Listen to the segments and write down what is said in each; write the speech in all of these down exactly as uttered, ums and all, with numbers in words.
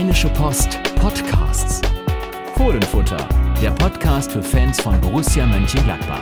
Rheinische Post Podcasts. Fohlenfutter, der Podcast für Fans von Borussia Mönchengladbach.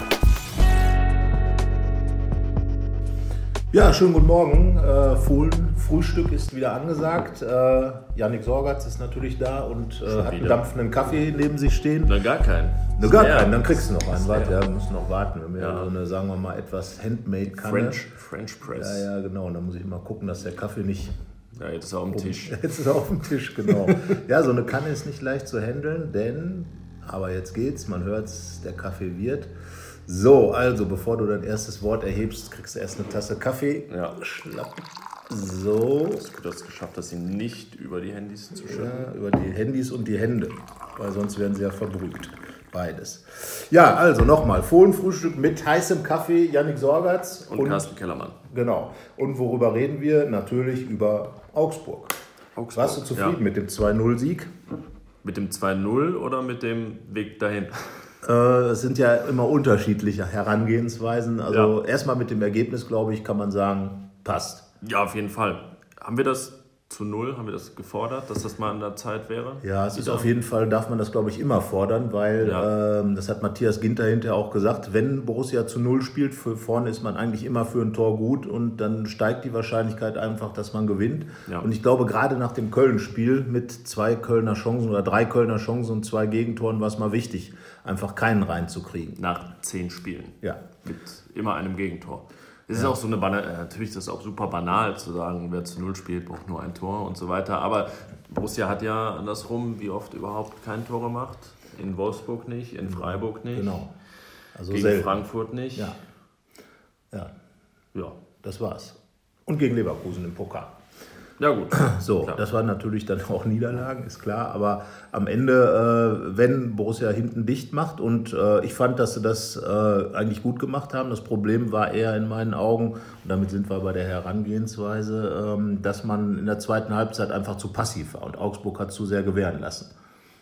Ja, schönen guten Morgen. Äh, Fohlen-Frühstück ist wieder angesagt. Äh, Yannick Sorgatz ist natürlich da und äh, hat einen dampfenden Kaffee neben sich stehen. Na, gar keinen. Na, gar keinen, dann kriegst du noch einen. Warte, ja, wir müssen noch warten. Wir haben ja so eine, sagen wir mal, etwas Handmade-Kanne. French, French Press. Ja, ja, genau. Und da muss ich mal gucken, dass der Kaffee nicht... Ja, jetzt ist er auf dem Tisch. Jetzt ist er auf dem Tisch, genau. Ja, so eine Kanne ist nicht leicht zu handeln, denn, aber jetzt geht's, man hört's, der Kaffee wird. So, also, bevor du dein erstes Wort erhebst, kriegst du erst eine Tasse Kaffee. Ja. Schlapp. So. Du hast es geschafft, das ihn nicht über die Handys zu schütten. Ja, über die Handys und die Hände, weil sonst werden sie ja verbrüht. Beides. Ja, also nochmal, Fohlenfrühstück mit heißem Kaffee, Yannick Sorgatz. Und, und Carsten Kellermann. Genau. Und worüber reden wir? Natürlich über Augsburg. Augsburg. Warst du zufrieden ja. mit dem zwei null Sieg? Mit dem zwei null oder mit dem Weg dahin? Es sind ja immer unterschiedliche Herangehensweisen. Also ja. erstmal mit dem Ergebnis, glaube ich, kann man sagen, passt. Ja, auf jeden Fall. Haben wir das zu null, haben wir das gefordert, dass das mal an der Zeit wäre? Ja, es ist auf jeden Fall, darf man das, glaube ich, immer fordern, weil ja. ähm, das hat Matthias Ginter hinterher auch gesagt, wenn Borussia zu null spielt, für vorne ist man eigentlich immer für ein Tor gut und dann steigt die Wahrscheinlichkeit einfach, dass man gewinnt. Ja. Und ich glaube, gerade nach dem Köln-Spiel mit zwei Kölner Chancen oder drei Kölner Chancen und zwei Gegentoren war es mal wichtig, einfach keinen reinzukriegen. Nach zehn Spielen. Ja. Mit immer einem Gegentor. Es ist ja. auch so eine Banal, natürlich ist das auch super banal zu sagen, wer zu null spielt, braucht nur ein Tor und so weiter. Aber Borussia hat ja andersrum wie oft überhaupt kein Tor gemacht. In Wolfsburg nicht, in Freiburg nicht. Genau. Also gegen selten. Frankfurt nicht. Ja. ja. Ja. Das war's. Und gegen Leverkusen im Pokal. Ja gut. So, klar. Das waren natürlich dann auch Niederlagen, ist klar. Aber am Ende, äh, wenn Borussia hinten dicht macht und äh, ich fand, dass sie das äh, eigentlich gut gemacht haben. Das Problem war eher in meinen Augen, und damit sind wir bei der Herangehensweise, ähm, dass man in der zweiten Halbzeit einfach zu passiv war und Augsburg hat zu sehr gewähren lassen.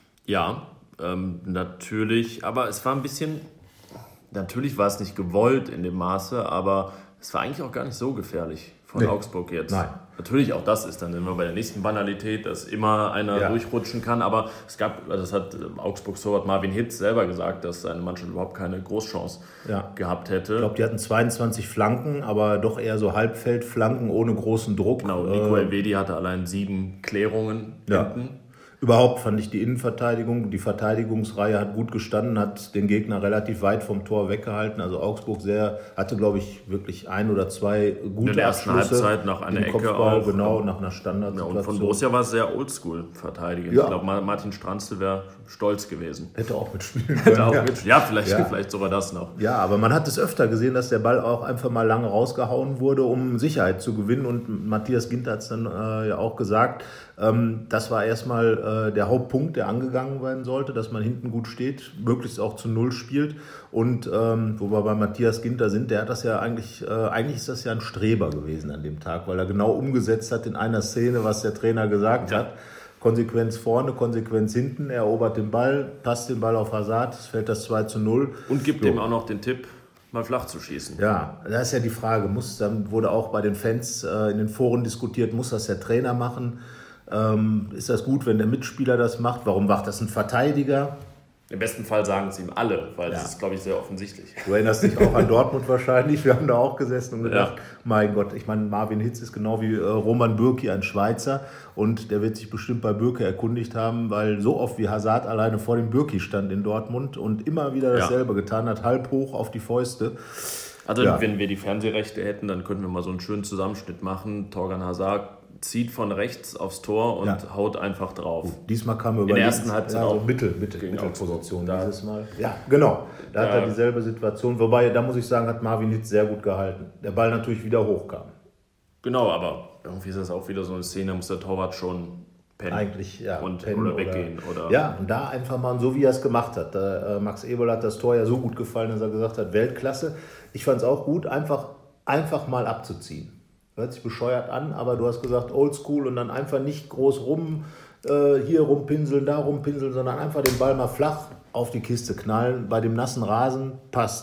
Ja, ähm, natürlich. Aber es war ein bisschen, natürlich war es nicht gewollt in dem Maße, aber es war eigentlich auch gar nicht so gefährlich von nee. Augsburg jetzt. Nein. Natürlich auch das ist dann immer bei der nächsten Banalität, dass immer einer ja. durchrutschen kann, aber es gab, also das hat Augsburgs Torwart Marvin Hitz selber gesagt, dass seine Mannschaft überhaupt keine Großchance ja. gehabt hätte. Ich glaube, die hatten zweiundzwanzig Flanken, aber doch eher so Halbfeldflanken ohne großen Druck. Genau, Nico Elvedi hatte allein sieben Klärungen ja. hinten. Überhaupt fand ich die Innenverteidigung, die Verteidigungsreihe hat gut gestanden, hat den Gegner relativ weit vom Tor weggehalten. Also Augsburg sehr, hatte, glaube ich, wirklich ein oder zwei gute in der ersten Abschlüsse. Halbzeit nach einer Ecke Kopfball, auch. Genau, nach einer Standardsituation. Ja, und von Borussia war es sehr oldschool verteidigen. Ja. Ich glaube, Martin Stranzl wäre stolz gewesen. Hätte auch mitspielen können. Hätte auch ja, mitspielen. ja, vielleicht, ja. vielleicht sogar das noch. Ja, aber man hat es öfter gesehen, dass der Ball auch einfach mal lange rausgehauen wurde, um Sicherheit zu gewinnen. Und Matthias Ginter hat es dann äh, ja auch gesagt, ähm, das war erstmal äh, der Hauptpunkt, der angegangen werden sollte, dass man hinten gut steht, möglichst auch zu Null spielt. Und ähm, wo wir bei Matthias Ginter sind, der hat das ja eigentlich, äh, eigentlich ist das ja ein Streber gewesen an dem Tag, weil er genau umgesetzt hat in einer Szene, was der Trainer gesagt ja. hat. Konsequenz vorne, Konsequenz hinten, er erobert den Ball, passt den Ball auf Hazard, es fällt das zwei zu null. Und gibt so. Ihm auch noch den Tipp, mal flach zu schießen. Ja, das ist ja die Frage, muss, dann wurde auch bei den Fans äh, in den Foren diskutiert, muss das der Trainer machen? Ähm, ist das gut, wenn der Mitspieler das macht? Warum macht das ein Verteidiger? Im besten Fall sagen es ihm alle, weil ja. das ist, glaube ich, sehr offensichtlich. Du erinnerst dich auch an Dortmund wahrscheinlich. Wir haben da auch gesessen und gedacht, ja. mein Gott, ich meine, Marvin Hitz ist genau wie äh, Roman Bürki, ein Schweizer. Und der wird sich bestimmt bei Bürki erkundigt haben, weil so oft wie Hazard alleine vor dem Bürki stand in Dortmund und immer wieder dasselbe ja. getan hat, halb hoch auf die Fäuste. Also ja. wenn wir die Fernsehrechte hätten, dann könnten wir mal so einen schönen Zusammenschnitt machen. Torgan Hazard zieht von rechts aufs Tor und ja. haut einfach drauf. Gut, diesmal kam er über in der ersten Halbzeit ja, auch so Mittel, Mittel, Mittelposition dieses Mal. Ja, genau. Da ja. hat er dieselbe Situation. Wobei, da muss ich sagen, hat Marvin Hitz sehr gut gehalten. Der Ball natürlich wieder hochkam. Genau, aber irgendwie ist das auch wieder so eine Szene, da muss der Torwart schon pennen. Eigentlich, ja. Und, pennen oder weggehen. Oder, oder ja, und da einfach mal so, wie er es gemacht hat. Da, äh, Max Eberl hat das Tor ja so gut gefallen, dass er gesagt hat, Weltklasse. Ich fand es auch gut, einfach, einfach mal abzuziehen. Hört sich bescheuert an, aber du hast gesagt oldschool und dann einfach nicht groß rum, äh, hier rumpinseln, da rumpinseln, sondern einfach den Ball mal flach auf die Kiste knallen. Bei dem nassen Rasen passt.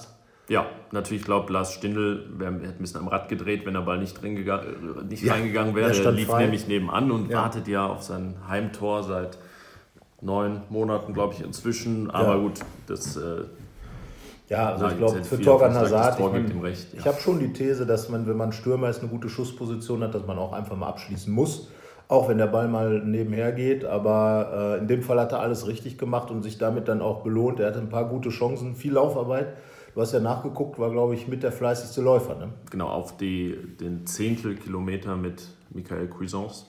Ja, natürlich, ich glaube, Lars Stindl wär, hätte ein bisschen am Rad gedreht, wenn der Ball nicht, drin gegangen, nicht ja, reingegangen wäre. Der lief frei. Nämlich nebenan und ja. wartet ja auf sein Heimtor seit neun Monaten, glaube ich, inzwischen. Aber ja. gut, das... Äh, ja, also ich glaube, für Torgan Hazard, ich, mein, recht, ja. ich habe schon die These, dass man, wenn man Stürmer ist, eine gute Schussposition hat, dass man auch einfach mal abschließen muss. Auch wenn der Ball mal nebenher geht, aber äh, in dem Fall hat er alles richtig gemacht und sich damit dann auch belohnt. Er hatte ein paar gute Chancen, viel Laufarbeit. Du hast ja nachgeguckt, war, glaube ich, mit der fleißigste Läufer. Ne? Genau, auf die, den Zehntelkilometer mit Michael Cuisance.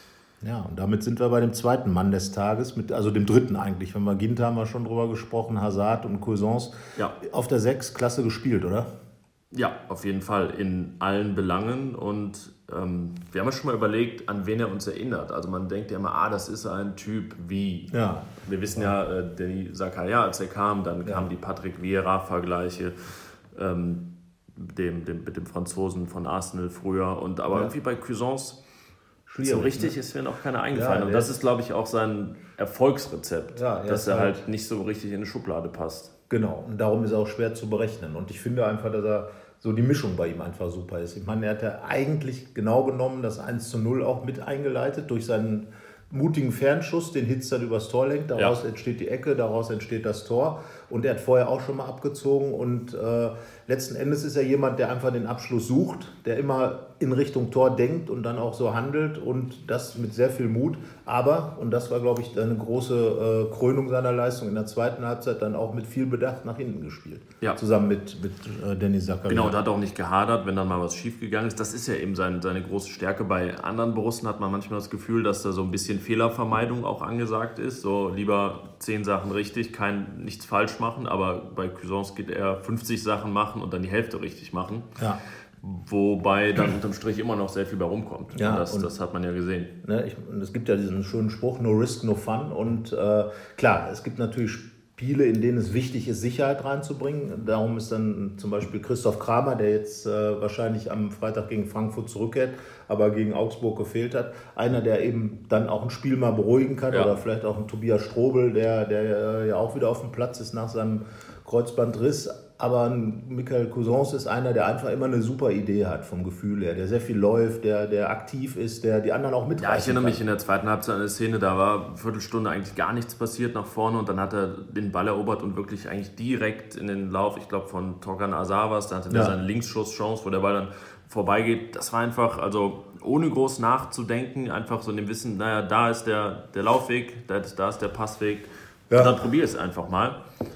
Ja, und damit sind wir bei dem zweiten Mann des Tages, mit, also dem dritten eigentlich. Wenn wir Ginter haben wir schon drüber gesprochen, Hazard und Cuisance. Ja. Auf der sechs klasse gespielt, oder? Ja, auf jeden Fall, in allen Belangen. Und ähm, wir haben ja schon mal überlegt, an wen er uns erinnert. Also man denkt ja immer, ah, das ist ein Typ wie... Ja. Wir wissen ja, äh, Denis Zakaria, als er kam, dann ja. kamen die Patrick Vieira-Vergleiche ähm, dem, dem, mit dem Franzosen von Arsenal früher. Und, aber ja. irgendwie bei Cuisance, so richtig ne? ist mir noch keiner eingefallen. Ja, und das ist, glaube ich, auch sein Erfolgsrezept, ja, dass er halt, halt nicht so richtig in eine Schublade passt. Genau, und darum ist er auch schwer zu berechnen. Und ich finde einfach, dass er so die Mischung bei ihm einfach super ist. Ich meine, er hat ja eigentlich genau genommen das eins zu null auch mit eingeleitet durch seinen mutigen Fernschuss, den Hitz dann übers Tor lenkt. Daraus ja. entsteht die Ecke, daraus entsteht das Tor. Und er hat vorher auch schon mal abgezogen. Und äh, letzten Endes ist er jemand, der einfach den Abschluss sucht, der immer in Richtung Tor denkt und dann auch so handelt. Und das mit sehr viel Mut. Aber, und das war, glaube ich, eine große äh, Krönung seiner Leistung, in der zweiten Halbzeit dann auch mit viel Bedacht nach hinten gespielt. Ja. Zusammen mit, mit äh, Denis Zakaria. Genau, und hat auch nicht gehadert, wenn dann mal was schiefgegangen ist. Das ist ja eben sein, seine große Stärke. Bei anderen Borussen hat man manchmal das Gefühl, dass da so ein bisschen Fehlervermeidung auch angesagt ist. So lieber zehn Sachen richtig, kein, nichts falsch machen. Aber bei Cuisance geht er fünfzig Sachen machen und dann die Hälfte richtig machen. Ja. Wobei dann unterm Strich immer noch sehr viel bei rumkommt. Ja, das, das hat man ja gesehen. Ne, ich, es gibt ja diesen schönen Spruch, no risk, no fun. Und äh, klar, es gibt natürlich Spiele, in denen es wichtig ist, Sicherheit reinzubringen. Darum ist dann zum Beispiel Christoph Kramer, der jetzt äh, wahrscheinlich am Freitag gegen Frankfurt zurückkehrt, aber gegen Augsburg gefehlt hat, einer, der eben dann auch ein Spiel mal beruhigen kann. Ja. Oder vielleicht auch ein Tobias Strobel, der, der ja auch wieder auf dem Platz ist nach seinem Kreuzbandriss. Aber Michael Cuisance ist einer, der einfach immer eine super Idee hat vom Gefühl her, der sehr viel läuft, der, der aktiv ist, der die anderen auch mitreißen kann. Ja, ich erinnere mich in der zweiten Halbzeit an eine Szene, da war eine Viertelstunde eigentlich gar nichts passiert nach vorne und dann hat er den Ball erobert und wirklich eigentlich direkt in den Lauf, ich glaube von Torgan Hazard, da hatte er ja. seine Linksschuss-Chance, wo der Ball dann vorbeigeht. Das war einfach, also ohne groß nachzudenken, einfach so in dem Wissen, naja, da ist der, der Laufweg, da ist, da ist der Passweg. Ja. Und dann probier es einfach mal.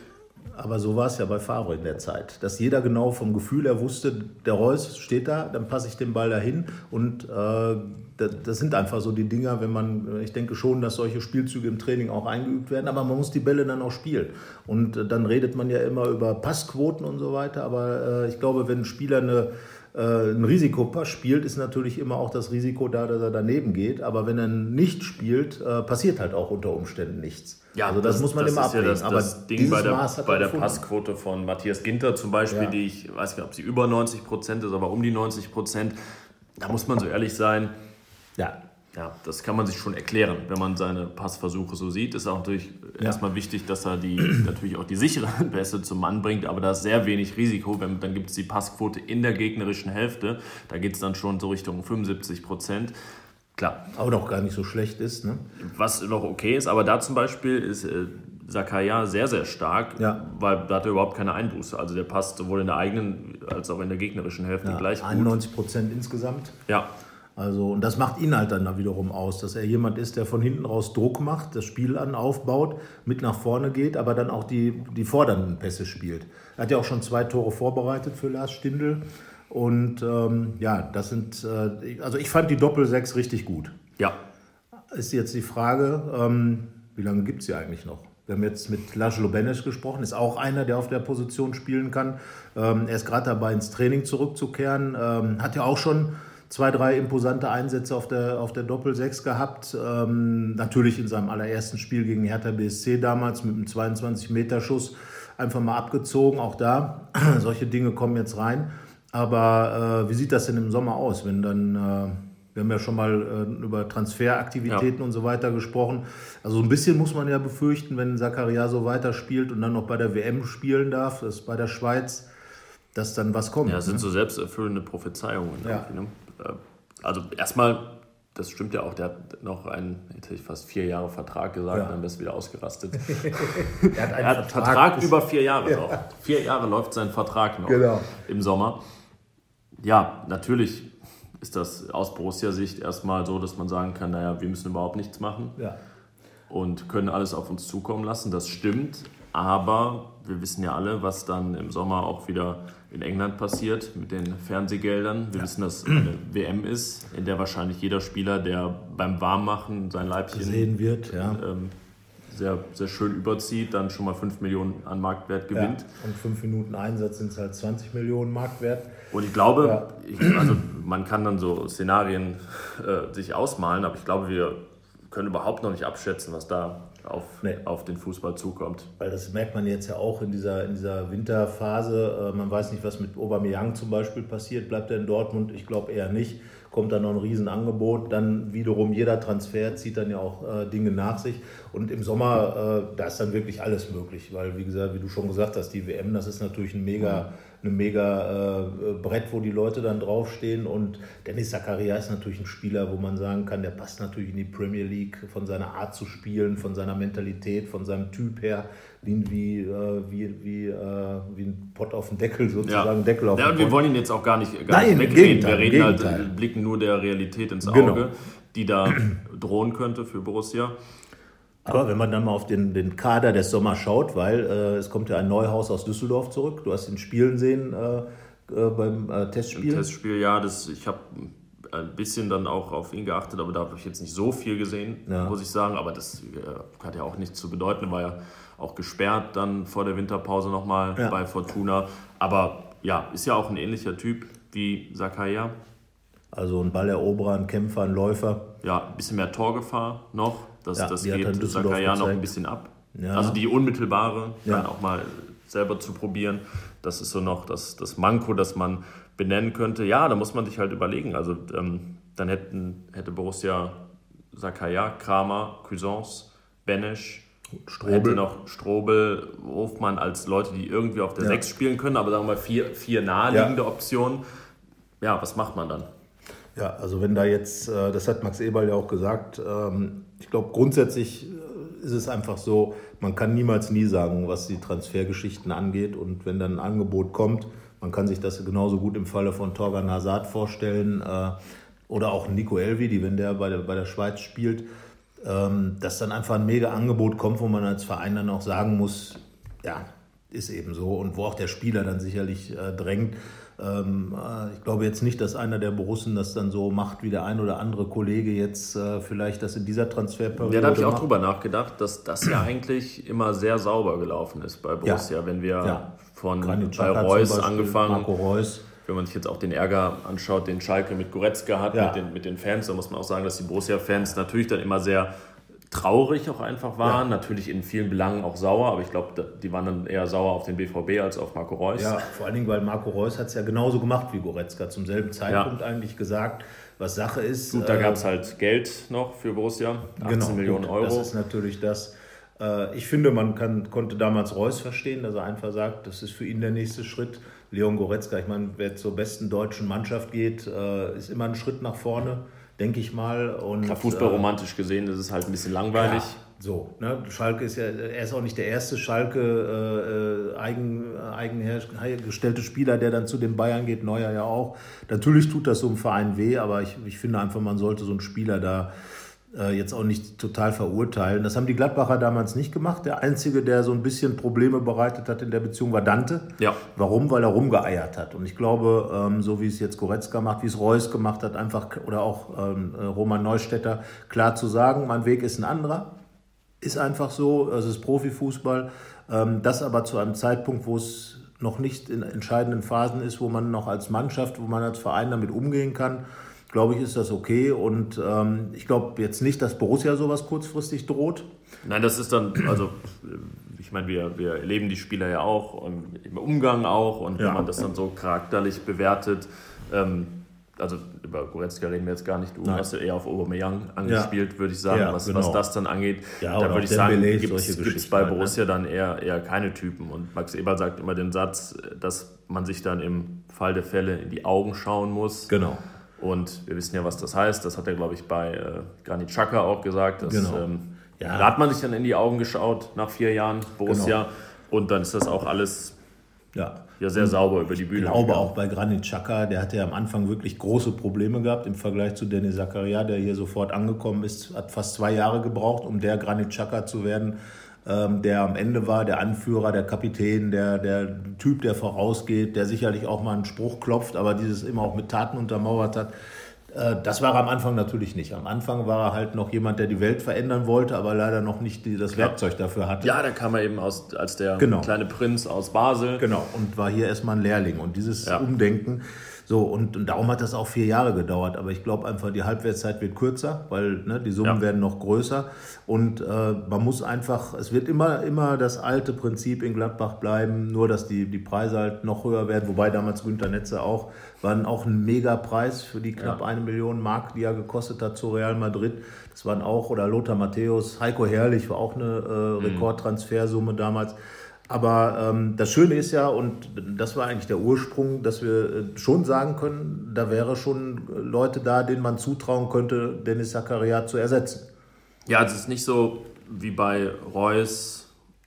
Aber so war es ja bei Favre in der Zeit, dass jeder genau vom Gefühl her wusste, der Reus steht da, dann passe ich den Ball dahin und äh, das, das sind einfach so die Dinger, wenn man, ich denke schon, dass solche Spielzüge im Training auch eingeübt werden, aber man muss die Bälle dann auch spielen und äh, dann redet man ja immer über Passquoten und so weiter, aber äh, ich glaube, wenn ein Spieler eine ein Risikopass spielt, ist natürlich immer auch das Risiko da, dass er daneben geht. Aber wenn er nicht spielt, passiert halt auch unter Umständen nichts. Ja, also das, das muss man das immer abwägen. Ja das, aber das Ding bei der, bei der Passquote von Matthias Ginter zum Beispiel, ja. die ich weiß nicht, ob sie über neunzig Prozent ist, aber um die neunzig Prozent, da muss man so ehrlich sein. Ja. Ja, das kann man sich schon erklären, wenn man seine Passversuche so sieht. Ist auch natürlich ja. erstmal wichtig, dass er die natürlich auch die sicheren Pässe zum Mann bringt, aber da ist sehr wenig Risiko. Wenn, dann gibt es die Passquote in der gegnerischen Hälfte. Da geht es dann schon so Richtung fünfundsiebzig Prozent. Klar. Aber doch gar nicht so schlecht ist, ne? Was noch okay ist, aber da zum Beispiel ist äh, Zakaria sehr, sehr stark, ja. weil da hat er überhaupt keine Einbuße. Also der passt sowohl in der eigenen als auch in der gegnerischen Hälfte ja, gleich gut. einundneunzig Prozent insgesamt. Ja. Also, und das macht ihn halt dann da wiederum aus, dass er jemand ist, der von hinten raus Druck macht, das Spiel an aufbaut, mit nach vorne geht, aber dann auch die, die fordernden Pässe spielt. Er hat ja auch schon zwei Tore vorbereitet für Lars Stindl. Und ähm, ja, das sind, äh, also ich fand die Doppel-Sechs richtig gut. Ja. Ist jetzt die Frage, ähm, wie lange gibt es sie eigentlich noch? Wir haben jetzt mit Laszlo Benes gesprochen, ist auch einer, der auf der Position spielen kann. Ähm, er ist gerade dabei, ins Training zurückzukehren, ähm, hat ja auch schon zwei, drei imposante Einsätze auf der, auf der Doppel-Sechs gehabt. Ähm, natürlich in seinem allerersten Spiel gegen Hertha B S C damals mit einem zweiundzwanzig-Meter-Schuss einfach mal abgezogen. Auch da, solche Dinge kommen jetzt rein. Aber äh, wie sieht das denn im Sommer aus, wenn dann, äh, wir haben ja schon mal äh, über Transferaktivitäten ja. und so weiter gesprochen. Also ein bisschen muss man ja befürchten, wenn Zakaria so weiterspielt und dann noch bei der W M spielen darf, das ist bei der Schweiz. dass dann was kommt. Ja, das sind ne? so selbsterfüllende Prophezeiungen. Ja. Ne? Also erstmal, das stimmt ja auch, der hat noch einen, hätte ich fast vier Jahre Vertrag gesagt, ja. Dann bist du wieder ausgerastet. er hat einen er hat Vertrag, Vertrag über vier Jahre ja. noch. Vier Jahre läuft sein Vertrag noch genau. im Sommer. Ja, natürlich ist das aus Borussia-Sicht erstmal so, dass man sagen kann, naja, wir müssen überhaupt nichts machen ja. und können alles auf uns zukommen lassen. Das stimmt, aber wir wissen ja alle, was dann im Sommer auch wieder in England passiert mit den Fernsehgeldern. Wir ja. wissen, dass eine W M ist, in der wahrscheinlich jeder Spieler, der beim Warmmachen sein Leibchen sehen wird, ja. ähm, sehr, sehr schön überzieht, dann schon mal fünf Millionen an Marktwert gewinnt. Ja. Und fünf Minuten Einsatz sind es halt zwanzig Millionen Marktwert. Und ich glaube, ja. ich, also man kann dann so Szenarien äh, sich ausmalen, aber ich glaube, wir können überhaupt noch nicht abschätzen, was da auf, nee. auf den Fußball zukommt. Weil das merkt man jetzt ja auch in dieser, in dieser Winterphase. Äh, man weiß nicht, was mit Aubameyang zum Beispiel passiert. Bleibt er in Dortmund? Ich glaube eher nicht. Kommt dann noch ein Riesenangebot. Dann wiederum jeder Transfer zieht dann ja auch äh, Dinge nach sich. Und im Sommer, äh, da ist dann wirklich alles möglich. Weil, wie gesagt, wie du schon gesagt hast, die W M, das ist natürlich ein mega... eine mega äh, Brett, wo die Leute dann draufstehen. Und Dennis Zakaria ist natürlich ein Spieler, wo man sagen kann, der passt natürlich in die Premier League von seiner Art zu spielen, von seiner Mentalität, von seinem Typ her, wie, wie, äh, wie, wie, äh, wie ein Pott auf den Deckel sozusagen. Ja, Deckel auf ja und wir wollen ihn jetzt auch gar nicht, gar Nein, nicht wegreden. Gegenteil, wir reden Gegenteil. halt, blicken nur der Realität ins Auge, genau. die da drohen könnte für Borussia. Aber wenn man dann mal auf den, den Kader des Sommers schaut, weil äh, es kommt ja ein Neuhaus aus Düsseldorf zurück, du hast ihn spielen sehen äh, äh, beim äh, Testspiel. Im Testspiel, ja, das, ich habe ein bisschen dann auch auf ihn geachtet, aber da habe ich jetzt nicht so viel gesehen, ja. muss ich sagen, aber das äh, hat ja auch nichts zu bedeuten, er war ja auch gesperrt dann vor der Winterpause nochmal ja. bei Fortuna, aber ja, ist ja auch ein ähnlicher Typ wie Zakaria. Also ein Balleroberer, ein Kämpfer, ein Läufer. Ja, ein bisschen mehr Torgefahr noch. Das, ja, das geht Zakaria noch ein bisschen ab. Ja. Also die unmittelbare, ja. dann auch mal selber zu probieren. Das ist so noch das, das Manko, das man benennen könnte. Ja, da muss man sich halt überlegen. Also ähm, dann hätten, hätte Borussia Zakaria, Kramer, Cuisance, Benesch, Strobel. Hätte noch Strobel, Hofmann als Leute, die irgendwie auf der ja. sechs spielen können, aber sagen wir mal vier, vier naheliegende ja. Optionen. Ja, was macht man dann? Ja, also wenn da jetzt, das hat Max Eberl ja auch gesagt, ich glaube grundsätzlich ist es einfach so, man kann niemals nie sagen, was die Transfergeschichten angeht, und wenn dann ein Angebot kommt, man kann sich das genauso gut im Falle von Torgan Hazard vorstellen oder auch Nico Elvedi, wenn der bei der, bei der Schweiz spielt, dass dann einfach ein mega Angebot kommt, wo man als Verein dann auch sagen muss, ja, ist eben so, und wo auch der Spieler dann sicherlich drängt. Ich glaube jetzt nicht, dass einer der Borussen das dann so macht, wie der ein oder andere Kollege jetzt äh, vielleicht das in dieser Transferperiode Ja, da habe ich auch macht. drüber nachgedacht, dass das ja eigentlich immer sehr sauber gelaufen ist bei Borussia. Ja. Wenn wir ja. von bei Reus angefangen, Marco Reus. Wenn man sich jetzt auch den Ärger anschaut, den Schalke mit Goretzka hat, ja. mit, den, mit den Fans, da muss man auch sagen, dass die Borussia-Fans natürlich dann immer sehr traurig auch einfach waren, ja. natürlich in vielen Belangen auch sauer, aber ich glaube, die waren dann eher sauer auf den B V B als auf Marco Reus. Ja, vor allen Dingen, weil Marco Reus hat es ja genauso gemacht wie Goretzka, zum selben Zeitpunkt ja. eigentlich gesagt, was Sache ist. Gut, da äh, gab es halt Geld noch für Borussia, achtzehn genau, Millionen Euro. Das ist natürlich das. Äh, ich finde, man kann, konnte damals Reus verstehen, dass er einfach sagt, das ist für ihn der nächste Schritt. Leon Goretzka, ich meine, wer zur besten deutschen Mannschaft geht, äh, ist immer ein Schritt nach vorne, denke ich mal. Und, ja, fußballromantisch gesehen ist es halt ein bisschen langweilig. Ja, so, ne? Schalke ist ja, er ist auch nicht der erste Schalke äh, eigen, eigen hergestellte Spieler, der dann zu den Bayern geht, Neuer ja auch. Natürlich tut das so einem Verein weh, aber ich, ich finde einfach, man sollte so einen Spieler da äh, jetzt auch nicht total verurteilen. Das haben die Gladbacher damals nicht gemacht. Der Einzige, der so ein bisschen Probleme bereitet hat in der Beziehung, war Dante. Ja. Warum? Weil er rumgeeiert hat. Und ich glaube, ähm, so wie es jetzt Goretzka macht, wie es Reus gemacht hat, einfach, oder auch ähm, Roman Neustädter, klar zu sagen, mein Weg ist ein anderer. Ist einfach so, es ist Profifußball. Ähm, das aber zu einem Zeitpunkt, wo es noch nicht in entscheidenden Phasen ist, wo man noch als Mannschaft, wo man als Verein damit umgehen kann, glaube ich, ist das okay. Und ähm, ich glaube jetzt nicht, dass Borussia sowas kurzfristig droht. Nein, das ist dann, also ich meine, wir, wir erleben die Spieler ja auch, im Umgang auch. Und wenn ja. man das dann so charakterlich bewertet, ähm, also über Goretzka reden wir jetzt gar nicht, du Nein. hast ja eher auf Aubameyang angespielt, ja. würde ich sagen, ja, was, genau. was das dann angeht. Ja, da würde ich sagen, gibt es bei halt, Borussia ne? dann eher, eher keine Typen. Und Max Eberl sagt immer den Satz, dass man sich dann im Fall der Fälle in die Augen schauen muss. Genau. Und wir wissen ja, was das heißt. Das hat er, glaube ich, bei äh, Granit Xhaka auch gesagt. Dass, genau. ähm, ja. Da hat man sich dann in die Augen geschaut nach vier Jahren Borussia. Genau. Und dann ist das auch alles ja. Ja, sehr sauber über die Bühne. Ich glaube auch bei Granit Xhaka, der hatte ja am Anfang wirklich große Probleme gehabt im Vergleich zu Denis Zakaria, der hier sofort angekommen ist, hat fast zwei Jahre gebraucht, um der Granit Xhaka zu werden, ähm, der am Ende war, der Anführer, der Kapitän, der, der Typ, der vorausgeht, der sicherlich auch mal einen Spruch klopft, aber dieses immer auch mit Taten untermauert hat. Das war er am Anfang natürlich nicht. Am Anfang war er halt noch jemand, der die Welt verändern wollte, aber leider noch nicht die, das Werkzeug dafür hatte. Ja, da kam er eben aus, als der genau. kleine Prinz aus Basel. Genau, und war hier erstmal ein Lehrling. Und dieses ja. Umdenken, so, und, und darum hat das auch vier Jahre gedauert. Aber ich glaube einfach, die Halbwertszeit wird kürzer, weil ne, die Summen ja. werden noch größer. Und äh, man muss einfach, es wird immer, immer das alte Prinzip in Gladbach bleiben, nur dass die, die Preise halt noch höher werden. Wobei damals Günter Netze auch, waren auch ein Megapreis für die knapp ja. eine Million Mark, die er gekostet hat zu Real Madrid. Das waren auch, oder Lothar Matthäus, Heiko Herrlich war auch eine äh, Rekordtransfersumme damals. Aber ähm, das Schöne ist ja, und das war eigentlich der Ursprung, dass wir schon sagen können, da wäre schon Leute da, denen man zutrauen könnte, Denis Zakaria zu ersetzen. Ja, es ist nicht so wie bei Reus,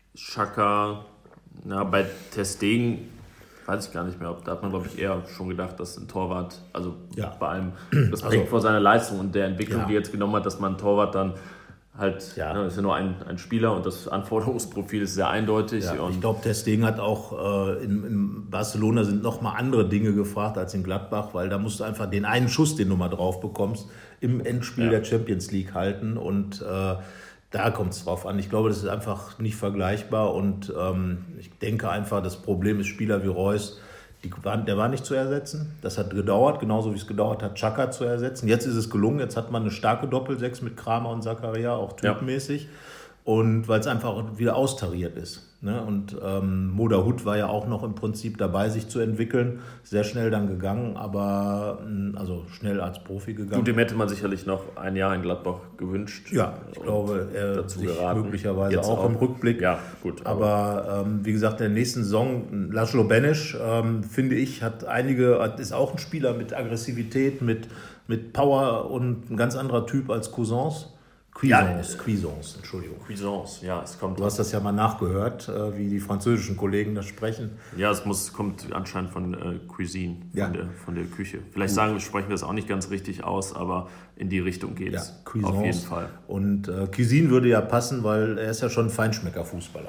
Xhaka, na, bei Ter Stegen, weiß ich gar nicht mehr, ob da hat man, glaube ich, eher schon gedacht, dass ein Torwart, also ja. bei allem Respekt also, vor seiner Leistung und der Entwicklung, ja. die jetzt genommen hat, dass man Torwart dann halt, ja. ne, ist ja nur ein, ein Spieler und das Anforderungsprofil ist sehr eindeutig. Ja, und ich glaube, Ter Stegen hat auch, äh, in, in Barcelona sind nochmal andere Dinge gefragt als in Gladbach, weil da musst du einfach den einen Schuss, den du mal drauf bekommst, im Endspiel ja. der Champions League halten und äh, da kommt es drauf an. Ich glaube, das ist einfach nicht vergleichbar und ähm, ich denke einfach, das Problem ist, Spieler wie Reus, die waren, der war nicht zu ersetzen. Das hat gedauert, genauso wie es gedauert hat, Xhaka zu ersetzen. Jetzt ist es gelungen, jetzt hat man eine starke Doppelsechs mit Kramer und Zakaria, auch typmäßig. Ja. Und weil es einfach wieder austariert ist. Ne? Und ähm, Moda Hut war ja auch noch im Prinzip dabei, sich zu entwickeln. Sehr schnell dann gegangen, aber also schnell als Profi gegangen. Gut, dem hätte man sicherlich noch ein Jahr in Gladbach gewünscht. Ja, ich glaube, er dazu sich geraten. möglicherweise Jetzt auch, auch im Rückblick. Ja, gut. Aber, aber ähm, wie gesagt, in der nächsten Saison, Laszlo Benesch, ähm, finde ich, hat einige, ist auch ein Spieler mit Aggressivität, mit, mit Power und ein ganz anderer Typ als Cousins. Cuisance, ja, Cuisance, Entschuldigung. Cuisance, ja, es kommt. Du hast das ja mal nachgehört, wie die französischen Kollegen das sprechen. Ja, es muss, kommt anscheinend von äh, Cuisine, von, ja. der, von der Küche. Vielleicht Gut. sagen wir, sprechen wir das auch nicht ganz richtig aus, aber in die Richtung geht es. Ja, auf jeden Fall. Und äh, Cuisine würde ja passen, weil er ist ja schon Feinschmecker-Fußballer.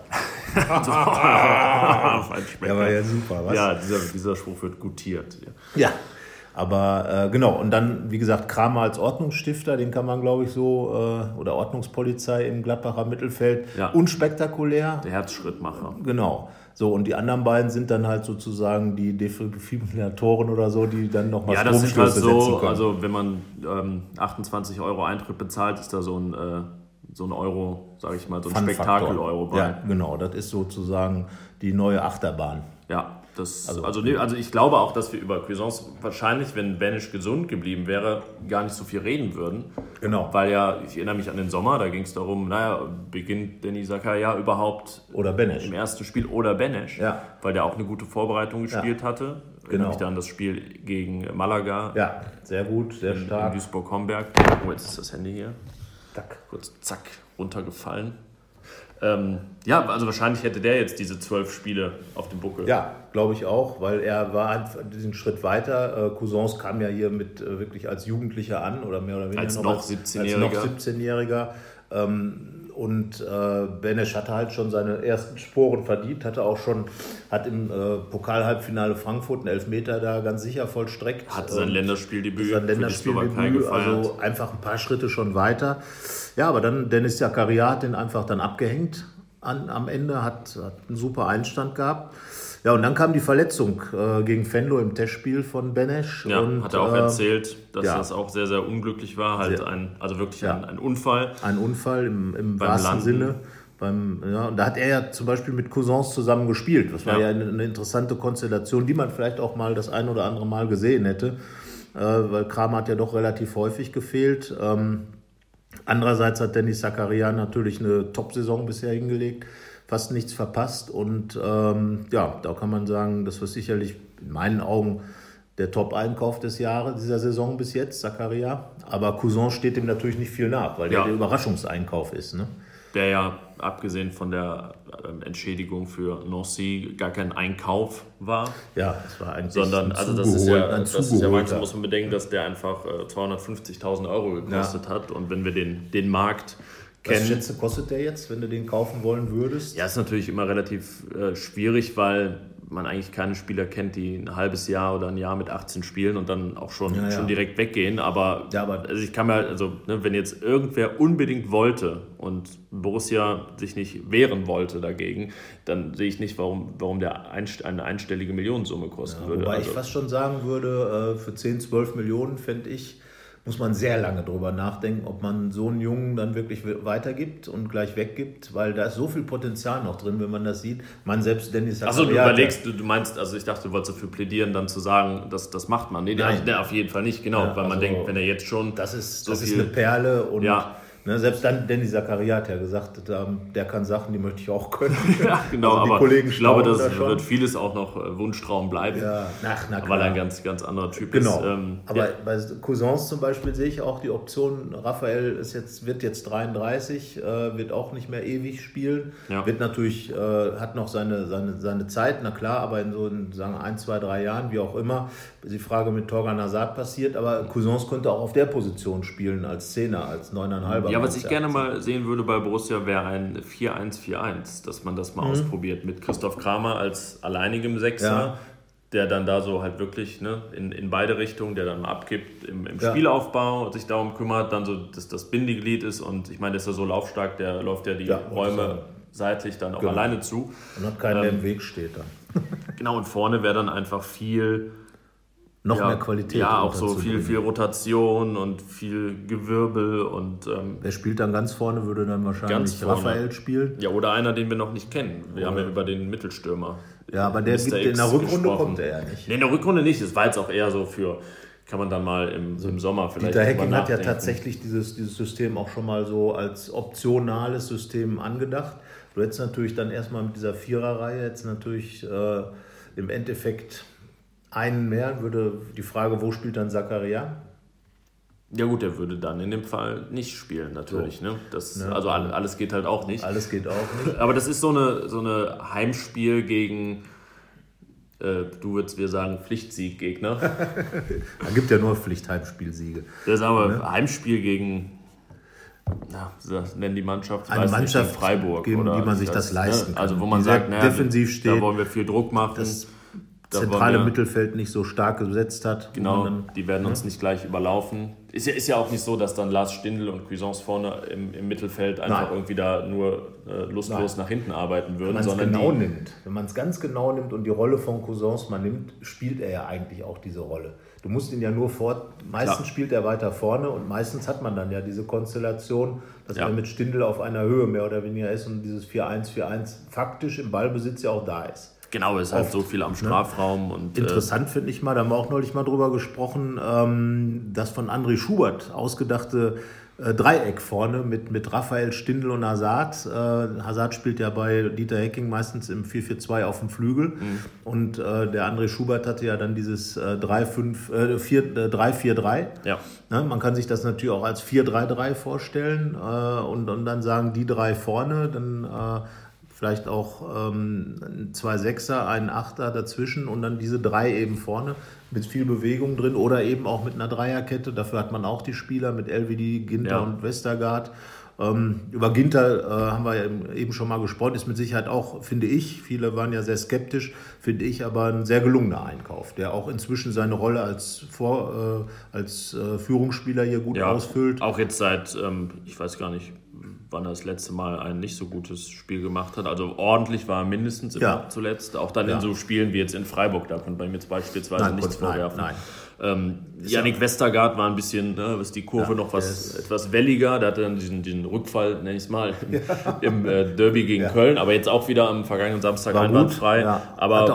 Feinschmecker. Ja, war ja super, was? Ja, dieser, dieser Spruch wird gutiert. Ja. ja. Aber äh, genau, und dann, wie gesagt, Kramer als Ordnungsstifter, den kann man, glaube ich, so, äh, oder Ordnungspolizei im Gladbacher Mittelfeld, ja. unspektakulär. Der Herzschrittmacher. Genau. So, und die anderen beiden sind dann halt sozusagen die Defibrillatoren oder so, die dann nochmal ja, Stromstöße halt so, setzen können. Also wenn man ähm, achtundzwanzig Euro Eintritt bezahlt, ist da so ein, äh, so ein Euro, sage ich mal, so ein Spektakel-Euro bei. Ja, genau, das ist sozusagen die neue Achterbahn. Ja. Das, also, also, nee, also ich glaube auch, dass wir über Cuisance wahrscheinlich, wenn Benesch gesund geblieben wäre, gar nicht so viel reden würden. Genau. Weil ja, ich erinnere mich an den Sommer, da ging es darum, naja, beginnt Denis Zakaria überhaupt oder Benesch. im ersten Spiel oder Benesch, ja. weil der auch eine gute Vorbereitung gespielt ja. hatte. Ich erinnere mich da an das Spiel gegen Malaga. Ja, sehr gut, sehr in, stark. In Duisburg-Homberg. Oh, jetzt ist das Handy hier. Zack. Kurz zack, runtergefallen. Ähm, ja, also wahrscheinlich hätte der jetzt diese zwölf Spiele auf dem Buckel. Ja, glaube ich auch, weil er war diesen Schritt weiter. Äh, Cousins kam ja hier mit äh, wirklich als Jugendlicher an oder mehr oder weniger als noch, noch als, siebzehnjähriger. Als noch siebzehnjähriger. Ähm, und äh, Benesch hatte halt schon seine ersten Sporen verdient, hatte auch schon, hat im äh, Pokal-Halbfinale Frankfurt einen Elfmeter da ganz sicher vollstreckt. Hatte sein Länderspieldebüt. Sein Länderspieldebüt, also einfach ein paar Schritte schon weiter. Ja, aber dann Denis Zakaria hat den einfach dann abgehängt an, am Ende, hat, hat einen super Einstand gehabt. Ja, und dann kam die Verletzung äh, gegen Venlo im Testspiel von Benesch. Ja, und, hat er auch äh, erzählt, dass ja. das auch sehr, sehr unglücklich war. Halt sehr, ein, also wirklich ja. ein, ein Unfall. Ein Unfall im, im wahrsten Landen. Sinne. Beim, ja, und da hat er ja zum Beispiel mit Cousins zusammen gespielt. Das war ja, ja eine, eine interessante Konstellation, die man vielleicht auch mal das ein oder andere Mal gesehen hätte. äh, weil Kramer hat ja doch relativ häufig gefehlt. Ähm, andererseits hat Dennis Zakaria natürlich eine Top-Saison bisher hingelegt, fast nichts verpasst und ähm, ja, da kann man sagen, das war sicherlich in meinen Augen der Top-Einkauf des Jahres, dieser Saison bis jetzt, Zakaria. Aber Cousin steht dem natürlich nicht viel nach, weil ja. der der Überraschungseinkauf ist. Ne? Der ja, abgesehen von der ähm, Entschädigung für Nancy, gar kein Einkauf war. Ja, es war eigentlich sondern, ein also das ist ja, ein das ist ja manchmal muss man bedenken, dass der einfach äh, zweihundertfünfzigtausend Euro gekostet ja. hat. Und wenn wir den, den Markt kennen... Was schätze, kostet der jetzt, wenn du den kaufen wollen würdest? Ja, ist natürlich immer relativ äh, schwierig, weil man eigentlich keine Spieler kennt, die ein halbes Jahr oder ein Jahr mit achtzehn spielen und dann auch schon, ja, ja. schon direkt weggehen. Aber, ja, aber also ich kann mir, also ne, wenn jetzt irgendwer unbedingt wollte und Borussia sich nicht wehren wollte dagegen, dann sehe ich nicht, warum, warum der einst- eine einstellige Millionensumme kosten ja, würde. Wobei also, ich fast schon sagen würde, für zehn, zwölf Millionen fände ich, muss man sehr lange drüber nachdenken, ob man so einen Jungen dann wirklich weitergibt und gleich weggibt, weil da ist so viel Potenzial noch drin, wenn man das sieht. Man selbst Dennis Achso, du überlegst, du, du meinst, also ich dachte, du wolltest dafür plädieren, dann zu sagen, das, das macht man. Nee, Nein. Der, auf jeden Fall nicht, genau, ja, weil also man denkt, wenn er jetzt schon das ist, so das viel, ist eine Perle und ja. Ne, selbst dann Dennis Zakaria hat ja gesagt, der kann Sachen, die möchte ich auch können. Ja, genau, also die aber Kollegen ich glaube, das da wird vieles auch noch Wunschtraum bleiben, ja, nach, na weil er ein ganz, ganz anderer Typ genau. ist. Ähm, aber ja. bei Cousins zum Beispiel sehe ich auch die Option, Raphael ist jetzt, wird jetzt dreiunddreißig, äh, wird auch nicht mehr ewig spielen, ja. wird natürlich, äh, hat noch seine, seine, seine Zeit, na klar, aber in so in, sagen ein, zwei, drei Jahren, wie auch immer, die Frage mit Torgan Hazard passiert, aber Cousins könnte auch auf der Position spielen, als Zehner, als Neuneinhalber. Ja, was ich gerne mal sehen würde bei Borussia, wäre ein vier eins vier eins, dass man das mal mhm. ausprobiert mit Christoph Kramer als alleinigem Sechser, ja. der dann da so halt wirklich ne, in, in beide Richtungen, der dann mal abgibt im, im ja. Spielaufbau, sich darum kümmert, dann so dass das Bindeglied ist und ich meine, der ist ja so laufstark, der läuft ja die ja, Räume seitlich dann auch genau. alleine zu. Und hat keinen, ähm, der im Weg steht dann. Genau, und vorne wäre dann einfach viel... Noch ja, mehr Qualität. Ja, auch so viel, viel Rotation und viel Gewirbel. Und, ähm, wer spielt dann ganz vorne, würde dann wahrscheinlich Raphael spielen. Ja, oder einer, den wir noch nicht kennen. Wir oder haben ja über den Mittelstürmer. Ja, aber der gibt, in der Rückrunde gesprochen. Kommt er ja nicht. Nee, in der Rückrunde nicht. Das war jetzt auch eher so für, kann man dann mal im, so im Sommer vielleicht Dieter Hecking hat ja tatsächlich dieses, dieses System auch schon mal so als optionales System angedacht. Du hättest natürlich dann erstmal mit dieser Viererreihe jetzt natürlich äh, im Endeffekt... einen mehr, würde die Frage, wo spielt dann Zakaria? Ja gut, der würde dann in dem Fall nicht spielen, natürlich. So. Ne? Das, ja. Also alles geht halt auch nicht. Alles geht auch nicht. Aber das ist so eine, so eine Heimspiel gegen, äh, du würdest wir sagen, Pflichtsieg-Gegner. Da gibt ja nur Pflichtheimspielsiege. Das ist aber ne? Heimspiel gegen, na, das nennen die Mannschaft, eine Mannschaft, nicht, Freiburg. Gegen oder die man sich das, das leisten ne? kann. Also wo man die sagt, naja, defensiv steht, da wollen wir viel Druck machen. Das zentrale Mittelfeld nicht so stark gesetzt hat. Genau, dann, die werden uns ja. nicht gleich überlaufen. Ist ja, ist ja auch nicht so, dass dann Lars Stindl und Cuisance vorne im, im Mittelfeld einfach Nein. irgendwie da nur äh, lustlos Nein. nach hinten arbeiten würden. Wenn man es sondern genau die, nimmt, wenn man es ganz genau nimmt und die Rolle von Cuisance mal nimmt, spielt er ja eigentlich auch diese Rolle. Du musst ihn ja nur vor, meistens Klar. spielt er weiter vorne und meistens hat man dann ja diese Konstellation, dass ja. man mit Stindl auf einer Höhe mehr oder weniger ist und dieses vier eins vier eins faktisch im Ballbesitz ja auch da ist. Genau, es ist halt so viel am Strafraum. Ne? Und, interessant äh, finde ich mal, da haben wir auch neulich mal drüber gesprochen, ähm, das von André Schubert ausgedachte äh, Dreieck vorne mit, mit Raphael, Stindl und Hazard. Äh, Hazard spielt ja bei Dieter Hecking meistens im vier vier zwei auf dem Flügel. Mhm. Und äh, der André Schubert hatte ja dann dieses äh, drei vier drei. Ja. Ne? Man kann sich das natürlich auch als vier drei drei vorstellen äh, und, und dann sagen die drei vorne, dann... Äh, vielleicht auch ähm, zwei Sechser, einen Achter dazwischen und dann diese drei eben vorne mit viel Bewegung drin oder eben auch mit einer Dreierkette. Dafür hat man auch die Spieler mit Elvedi, Ginter ja. und Westergaard. Ähm, über Ginter äh, haben wir ja eben schon mal gesprochen, ist mit Sicherheit auch, finde ich, viele waren ja sehr skeptisch, finde ich aber ein sehr gelungener Einkauf, der auch inzwischen seine Rolle als, Vor, äh, als äh, Führungsspieler hier gut ja, ausfüllt. Auch jetzt seit, ähm, ich weiß gar nicht, wann er das letzte Mal ein nicht so gutes Spiel gemacht hat. Also ordentlich war er mindestens immer ja. zuletzt. Auch dann ja. in so Spielen wie jetzt in Freiburg, da konnte man ihm jetzt beispielsweise nein, nichts konnte, vorwerfen. Nein, nein. Ähm, Yannick ja. Westergaard war ein bisschen, ne, ist die Kurve ja, noch was etwas welliger. Der hatte dann diesen, diesen Rückfall, nenne ich es mal, im, ja. im äh, Derby gegen ja. Köln. Aber jetzt auch wieder am vergangenen Samstag einwandfrei. Ja. Aber hatte auch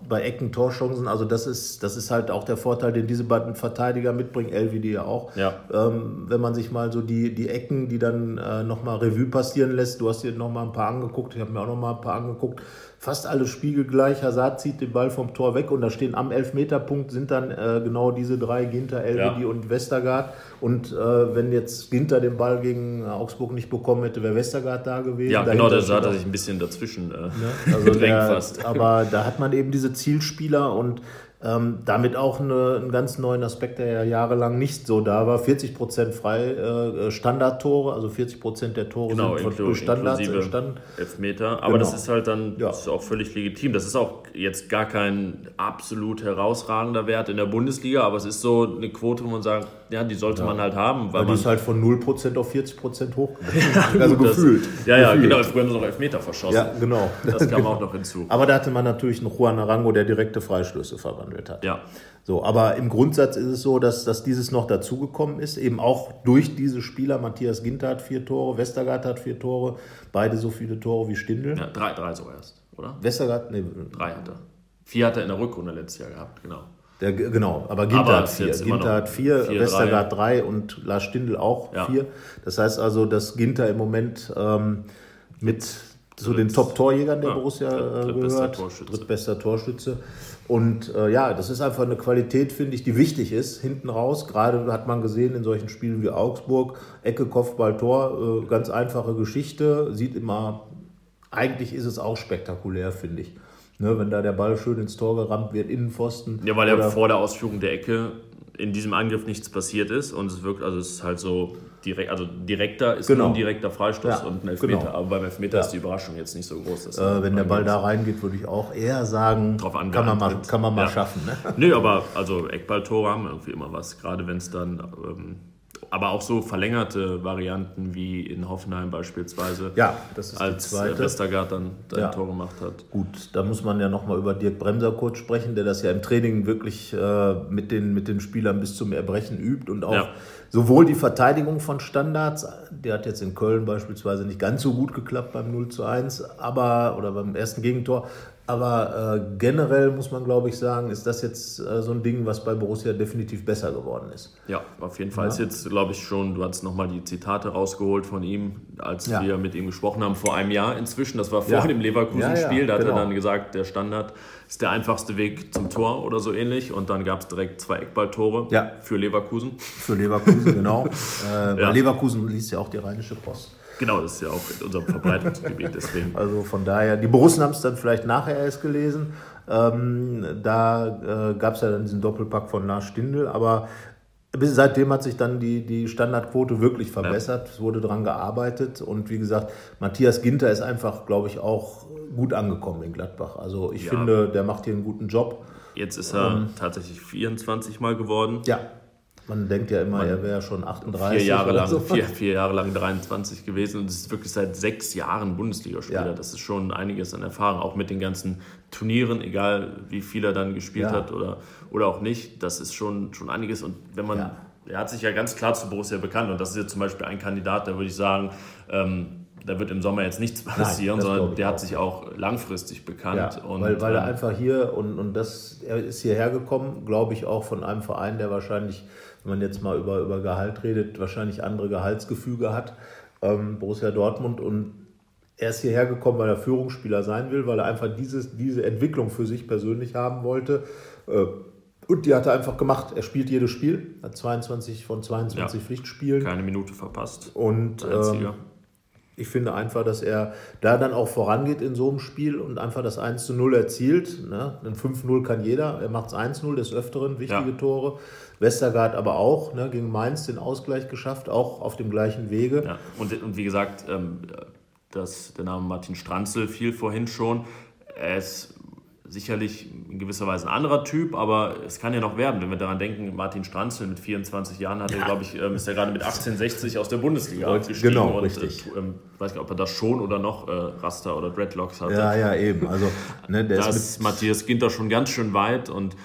bei Ecken Torchancen. Also das ist, das ist halt auch der Vorteil, den diese beiden Verteidiger mitbringen, Elvedi ja auch. Ja. Ähm, wenn man sich mal so die, die Ecken, die dann äh, nochmal Revue passieren lässt, du hast dir nochmal ein paar angeguckt, ich habe mir auch nochmal ein paar angeguckt, fast alle spiegelgleich. Hazard zieht den Ball vom Tor weg und da stehen am Elfmeterpunkt sind dann äh, genau diese drei, Ginter, Elvedi ja. und Westergaard. Und äh, wenn jetzt Ginter den Ball gegen Augsburg nicht bekommen hätte, wäre Westergaard da gewesen. Ja, genau, da hat er sich ein bisschen dazwischen äh, ne? also gedrängt fast. Aber da hat man eben diese Zielspieler und ähm, damit auch eine, einen ganz neuen Aspekt, der ja jahrelang nicht so da war. vierzig Prozent frei äh, Standardtore, also vierzig Prozent der Tore genau, sind von Standards entstanden. Elfmeter, aber genau. das ist halt dann ja. das ist auch völlig legitim. Das ist auch jetzt gar kein absolut herausragender Wert in der Bundesliga, aber es ist so eine Quote, wo man sagt, ja, die sollte ja. man halt haben. Weil die man ist halt von null Prozent auf vierzig Prozent hochgegangen. Also gefühlt. Das, ja, ja, gefühlt. Genau. Früher haben sie noch Elfmeter verschossen. Ja, genau. Das kam auch noch hinzu. Aber da hatte man natürlich einen Juan Arango, der direkte Freistöße verwandelt hat. Ja. So, aber im Grundsatz ist es so, dass, dass dieses noch dazugekommen ist, eben auch durch diese Spieler. Matthias Ginter hat vier Tore, Westergaard hat vier Tore, beide so viele Tore wie Stindl. Ja, drei, drei sogar erst, oder? Westergaard, nee. Drei hat er. Vier hat er in der Rückrunde letztes Jahr gehabt, genau. Der, genau, aber Ginter aber hat vier. Ginter hat vier, vier Westergaard drei. drei und Lars Stindl auch ja. vier. Das heißt also, dass Ginter im Moment ähm, mit zu den Top-Torjägern der ja, Borussia äh, gehört. Drittbester Torschütze. Und äh, ja, das ist einfach eine Qualität, finde ich, die wichtig ist, hinten raus. Gerade hat man gesehen in solchen Spielen wie Augsburg, Ecke, Kopfball, Tor, äh, ganz einfache Geschichte. Sieht immer, eigentlich ist es auch spektakulär, finde ich. Ne, wenn da der Ball schön ins Tor gerammt wird, Innenpfosten. Ja, weil ja vor der Ausführung der Ecke in diesem Angriff nichts passiert ist und es wirkt, also es ist halt so direkt, also direkter ist genau. nur ein direkter Freistoß ja, und ein Elfmeter, genau. aber beim Elfmeter ja. ist die Überraschung jetzt nicht so groß. Dass äh, wenn der Ball da reingeht, würde ich auch eher sagen, drauf an, kann man mal, kann man mal ja. schaffen. Ne? Nö, aber also Eckballtore haben irgendwie immer was, gerade wenn es dann ähm, aber auch so verlängerte Varianten wie in Hoffenheim beispielsweise, ja, das ist als die zweite. Westergaard dann sein ja. Tor gemacht hat. Gut, da muss man ja nochmal über Dirk Bremser kurz sprechen, der das ja im Training wirklich äh, mit, den, mit den Spielern bis zum Erbrechen übt und auch ja. sowohl die Verteidigung von Standards, der hat jetzt in Köln beispielsweise nicht ganz so gut geklappt beim null zu eins, aber, oder beim ersten Gegentor, aber äh, generell muss man, glaube ich, sagen, ist das jetzt äh, so ein Ding, was bei Borussia definitiv besser geworden ist. Ja, auf jeden Fall. Ja. Ist jetzt, glaube ich, schon, du hast nochmal die Zitate rausgeholt von ihm, als ja. wir mit ihm gesprochen haben, vor einem Jahr inzwischen. Das war vor ja. dem Leverkusen-Spiel. Ja, ja, da hat genau. er dann gesagt, der Standard ist der einfachste Weg zum Tor oder so ähnlich. Und dann gab es direkt zwei Eckballtore ja. für Leverkusen. Für Leverkusen, genau. äh, bei Leverkusen liest ja auch die Rheinische Post. Genau, das ist ja auch in unserem Verbreitungsgebiet, deswegen. Also von daher, die Borussen haben es dann vielleicht nachher erst gelesen. Ähm, da äh, gab es ja dann diesen Doppelpack von Lars Stindl, aber bis, seitdem hat sich dann die, die Standardquote wirklich verbessert. Ja. Es wurde daran gearbeitet und wie gesagt, Matthias Ginter ist einfach, glaube ich, auch gut angekommen in Gladbach. Also ich ja. finde, der macht hier einen guten Job. Jetzt ist er ähm, tatsächlich vierundzwanzig Mal geworden. Ja. Man denkt ja immer, Man, er wäre schon achtunddreißig. Vier Jahre, lang, so. vier, vier Jahre lang dreiundzwanzig gewesen und es ist wirklich seit sechs Jahren Bundesligaspieler. Ja. Das ist schon einiges an Erfahrung, auch mit den ganzen Turnieren, egal wie viel er dann gespielt ja. hat oder, oder auch nicht. Das ist schon, schon einiges. Und wenn man, ja. er hat sich ja ganz klar zu Borussia bekannt und das ist jetzt zum Beispiel ein Kandidat, da würde ich sagen, ähm, da wird im Sommer jetzt nichts passieren, Nein, sondern der hat sich auch langfristig bekannt. Ja, und, weil, weil er einfach hier und, und das, er ist hierher gekommen, glaube ich, auch von einem Verein, der wahrscheinlich, wenn man jetzt mal über, über Gehalt redet, wahrscheinlich andere Gehaltsgefüge hat, ähm, Borussia Dortmund. Und er ist hierher gekommen, weil er Führungsspieler sein will, weil er einfach dieses, diese Entwicklung für sich persönlich haben wollte. Äh, und die hat er einfach gemacht. Er spielt jedes Spiel, hat zweiundzwanzig von zweiundzwanzig ja, Pflichtspielen. Keine Minute verpasst. Und ähm, ich finde einfach, dass er da dann auch vorangeht in so einem Spiel und einfach das eins zu null erzielt. Ne? Ein fünf null kann jeder. Er macht es eins null des Öfteren, wichtige ja. Tore. Westergaard aber auch, ne? Gegen Mainz den Ausgleich geschafft, auch auf dem gleichen Wege. Ja. Und, und wie gesagt, ähm, das, der Name Martin Stranzl fiel vorhin schon. Er ist sicherlich in gewisser Weise ein anderer Typ, aber es kann ja noch werden, wenn wir daran denken, Martin Stranzl mit vierundzwanzig Jahren hat er, ja. glaube ich, ähm, ist er gerade mit achtzehn sechzig aus der Bundesliga abgestiegen. Genau, und, richtig. Ich äh, weiß nicht, ob er das schon oder noch äh, Raster oder Dreadlocks hatte. Ja, ja, eben. Also, ne, der da ist, ist Matthias Ginter schon ganz schön weit und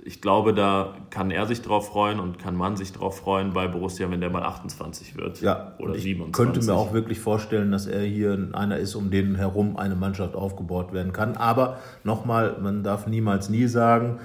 ich glaube, da kann er sich drauf freuen und kann man sich drauf freuen bei Borussia, wenn der mal achtundzwanzig wird ja, oder ich siebenundzwanzig. Könnte mir auch wirklich vorstellen, dass er hier einer ist, um den herum eine Mannschaft aufgebaut werden kann. Aber nochmal, man darf niemals nie sagen,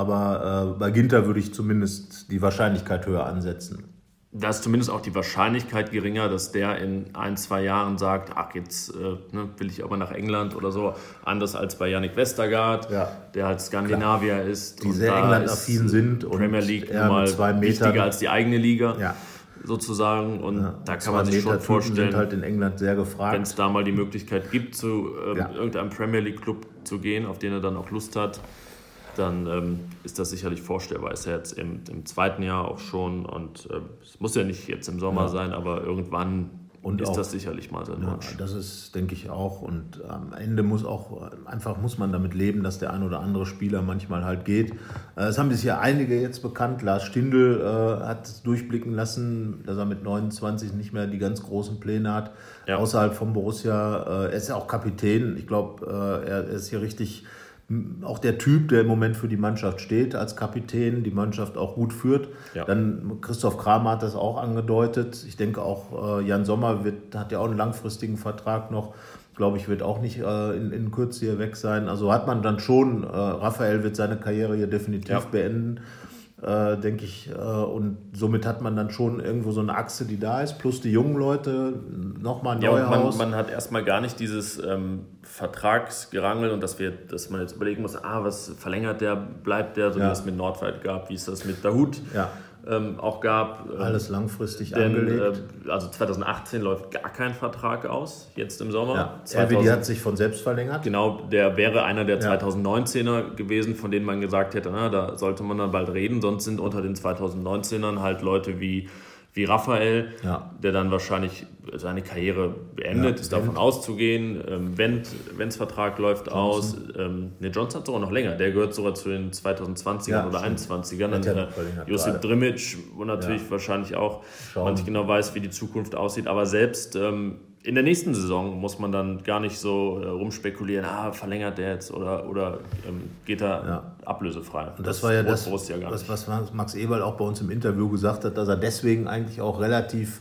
aber äh, bei Ginter würde ich zumindest die Wahrscheinlichkeit höher ansetzen. Da ist zumindest auch die Wahrscheinlichkeit geringer, dass der in ein, zwei Jahren sagt, ach, jetzt äh, ne, will ich aber nach England oder so. Anders als bei Yannick Westergaard, ja. der halt Skandinavier Klar. ist. Die sehr England-affin sind. Und Premier League mal wichtiger als die eigene Liga, ja. sozusagen. Und ja, da kann man sich schon vorstellen, sind halt in England sehr gefragt. Wenn es da mal die Möglichkeit gibt, zu ähm, ja. irgendeinem Premier League-Club zu gehen, auf den er dann auch Lust hat, dann ähm, ist das sicherlich vorstellbar. Ist ja jetzt im, im zweiten Jahr auch schon und es äh, muss ja nicht jetzt im Sommer ja. sein, aber irgendwann und ist auch, das sicherlich mal sein Wunsch. Ja, das ist, denke ich, auch. Und am Ende muss auch einfach muss man damit leben, dass der ein oder andere Spieler manchmal halt geht. Es haben sich ja einige jetzt bekannt. Lars Stindl äh, hat es durchblicken lassen, dass er mit neunundzwanzig nicht mehr die ganz großen Pläne hat. Ja. Außerhalb von Borussia. Äh, er ist ja auch Kapitän. Ich glaube, äh, er ist hier richtig auch der Typ, der im Moment für die Mannschaft steht als Kapitän, die Mannschaft auch gut führt. Ja. Dann Christoph Kramer hat das auch angedeutet. Ich denke auch, äh, Jan Sommer wird, hat ja auch einen langfristigen Vertrag noch. Glaube ich, wird auch nicht äh, in, in Kürze hier weg sein. Also hat man dann schon, äh, Raphael wird seine Karriere hier definitiv ja. beenden, äh, denke ich. Äh, und somit hat man dann schon irgendwo so eine Achse, die da ist, plus die jungen Leute, nochmal ein ja, Neuhaus. Man, man hat erstmal gar nicht dieses ähm, Vertragsgerangel und dass, wir, dass man jetzt überlegen muss, ah, was verlängert der, bleibt der, so ja. wie es mit Nordwald gab, wie es das mit Dahut ja. ähm, auch gab. Alles langfristig denn, angelegt. Äh, also zweitausendachtzehn läuft gar kein Vertrag aus, jetzt im Sommer. Ja. zweitausend, R W D hat sich von selbst verlängert. Genau, der wäre einer der ja. zweitausendneunzehner gewesen, von denen man gesagt hätte, na, da sollte man dann bald reden. Sonst sind unter den zweitausendneunzehnern halt Leute wie wie Raphael, ja. der dann wahrscheinlich seine Karriere beendet, ja, ist davon auszugehen. Ähm, Wendt, Wendts Vertrag läuft Johnson. aus. Ähm, ne, Johnson hat sogar noch länger. Der gehört sogar zu den zweitausendzwanzigern ja, oder einundzwanzigern. Dann äh, Josip Drimic, wo natürlich ja. wahrscheinlich auch Schauen. man nicht genau weiß, wie die Zukunft aussieht. Aber selbst ähm, in der nächsten Saison muss man dann gar nicht so äh, rumspekulieren, ah, verlängert der jetzt oder, oder ähm, geht er ja. ablösefrei. Und das, das war ja das, ja das, was Max Eberl auch bei uns im Interview gesagt hat, dass er deswegen eigentlich auch relativ,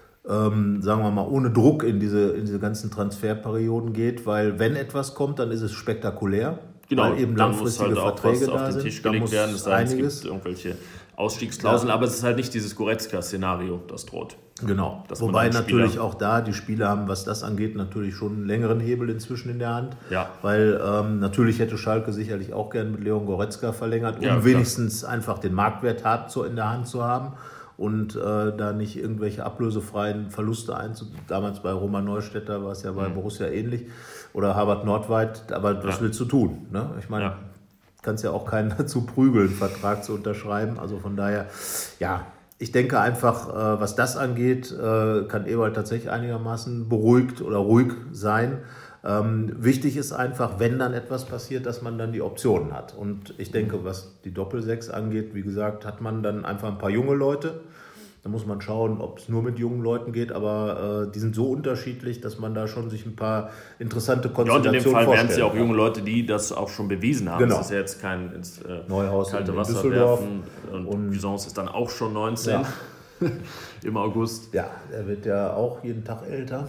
ähm, sagen wir mal, ohne Druck in diese, in diese ganzen Transferperioden geht, weil wenn etwas kommt, dann ist es spektakulär. Genau, weil eben langfristige dann muss halt Verträge auch was da auf den Tisch gelegt werden, es sei denn, es gibt irgendwelche Ausstiegsklauseln, ja. aber es ist halt nicht dieses Goretzka-Szenario, das droht. Genau, wobei natürlich auch da die Spieler haben, was das angeht, natürlich schon einen längeren Hebel inzwischen in der Hand. Ja. Weil ähm, natürlich hätte Schalke sicherlich auch gern mit Leon Goretzka verlängert, um ja, wenigstens einfach den Marktwert hart in der Hand zu haben und äh, da nicht irgendwelche ablösefreien Verluste einzugehen. Damals bei Roman Neustädter war es ja bei mhm. Borussia ähnlich oder Harvard Nordweit, aber was ja. willst du tun? Ne? Ich meine, ja. kannst ja auch keinen dazu prügeln, einen Vertrag zu unterschreiben. Also von daher, ja, ich denke einfach, äh, was das angeht, äh, kann Eberl tatsächlich einigermaßen beruhigt oder ruhig sein. Ähm, wichtig ist einfach, wenn dann etwas passiert, dass man dann die Optionen hat. Und ich denke, was die Doppelsechs angeht, wie gesagt, hat man dann einfach ein paar junge Leute. Da muss man schauen, ob es nur mit jungen Leuten geht, aber äh, die sind so unterschiedlich, dass man da schon sich ein paar interessante Konstellationen vorstellt. Ja, und in dem Fall wären es ja auch junge Leute, die das auch schon bewiesen haben. Genau. Das ist ja jetzt kein ins äh, Neuhaus kalte in Wasser Düsseldorf. werfen. Und, und Cuisance ist dann auch schon neunzehn ja. im August. Ja, er wird ja auch jeden Tag älter.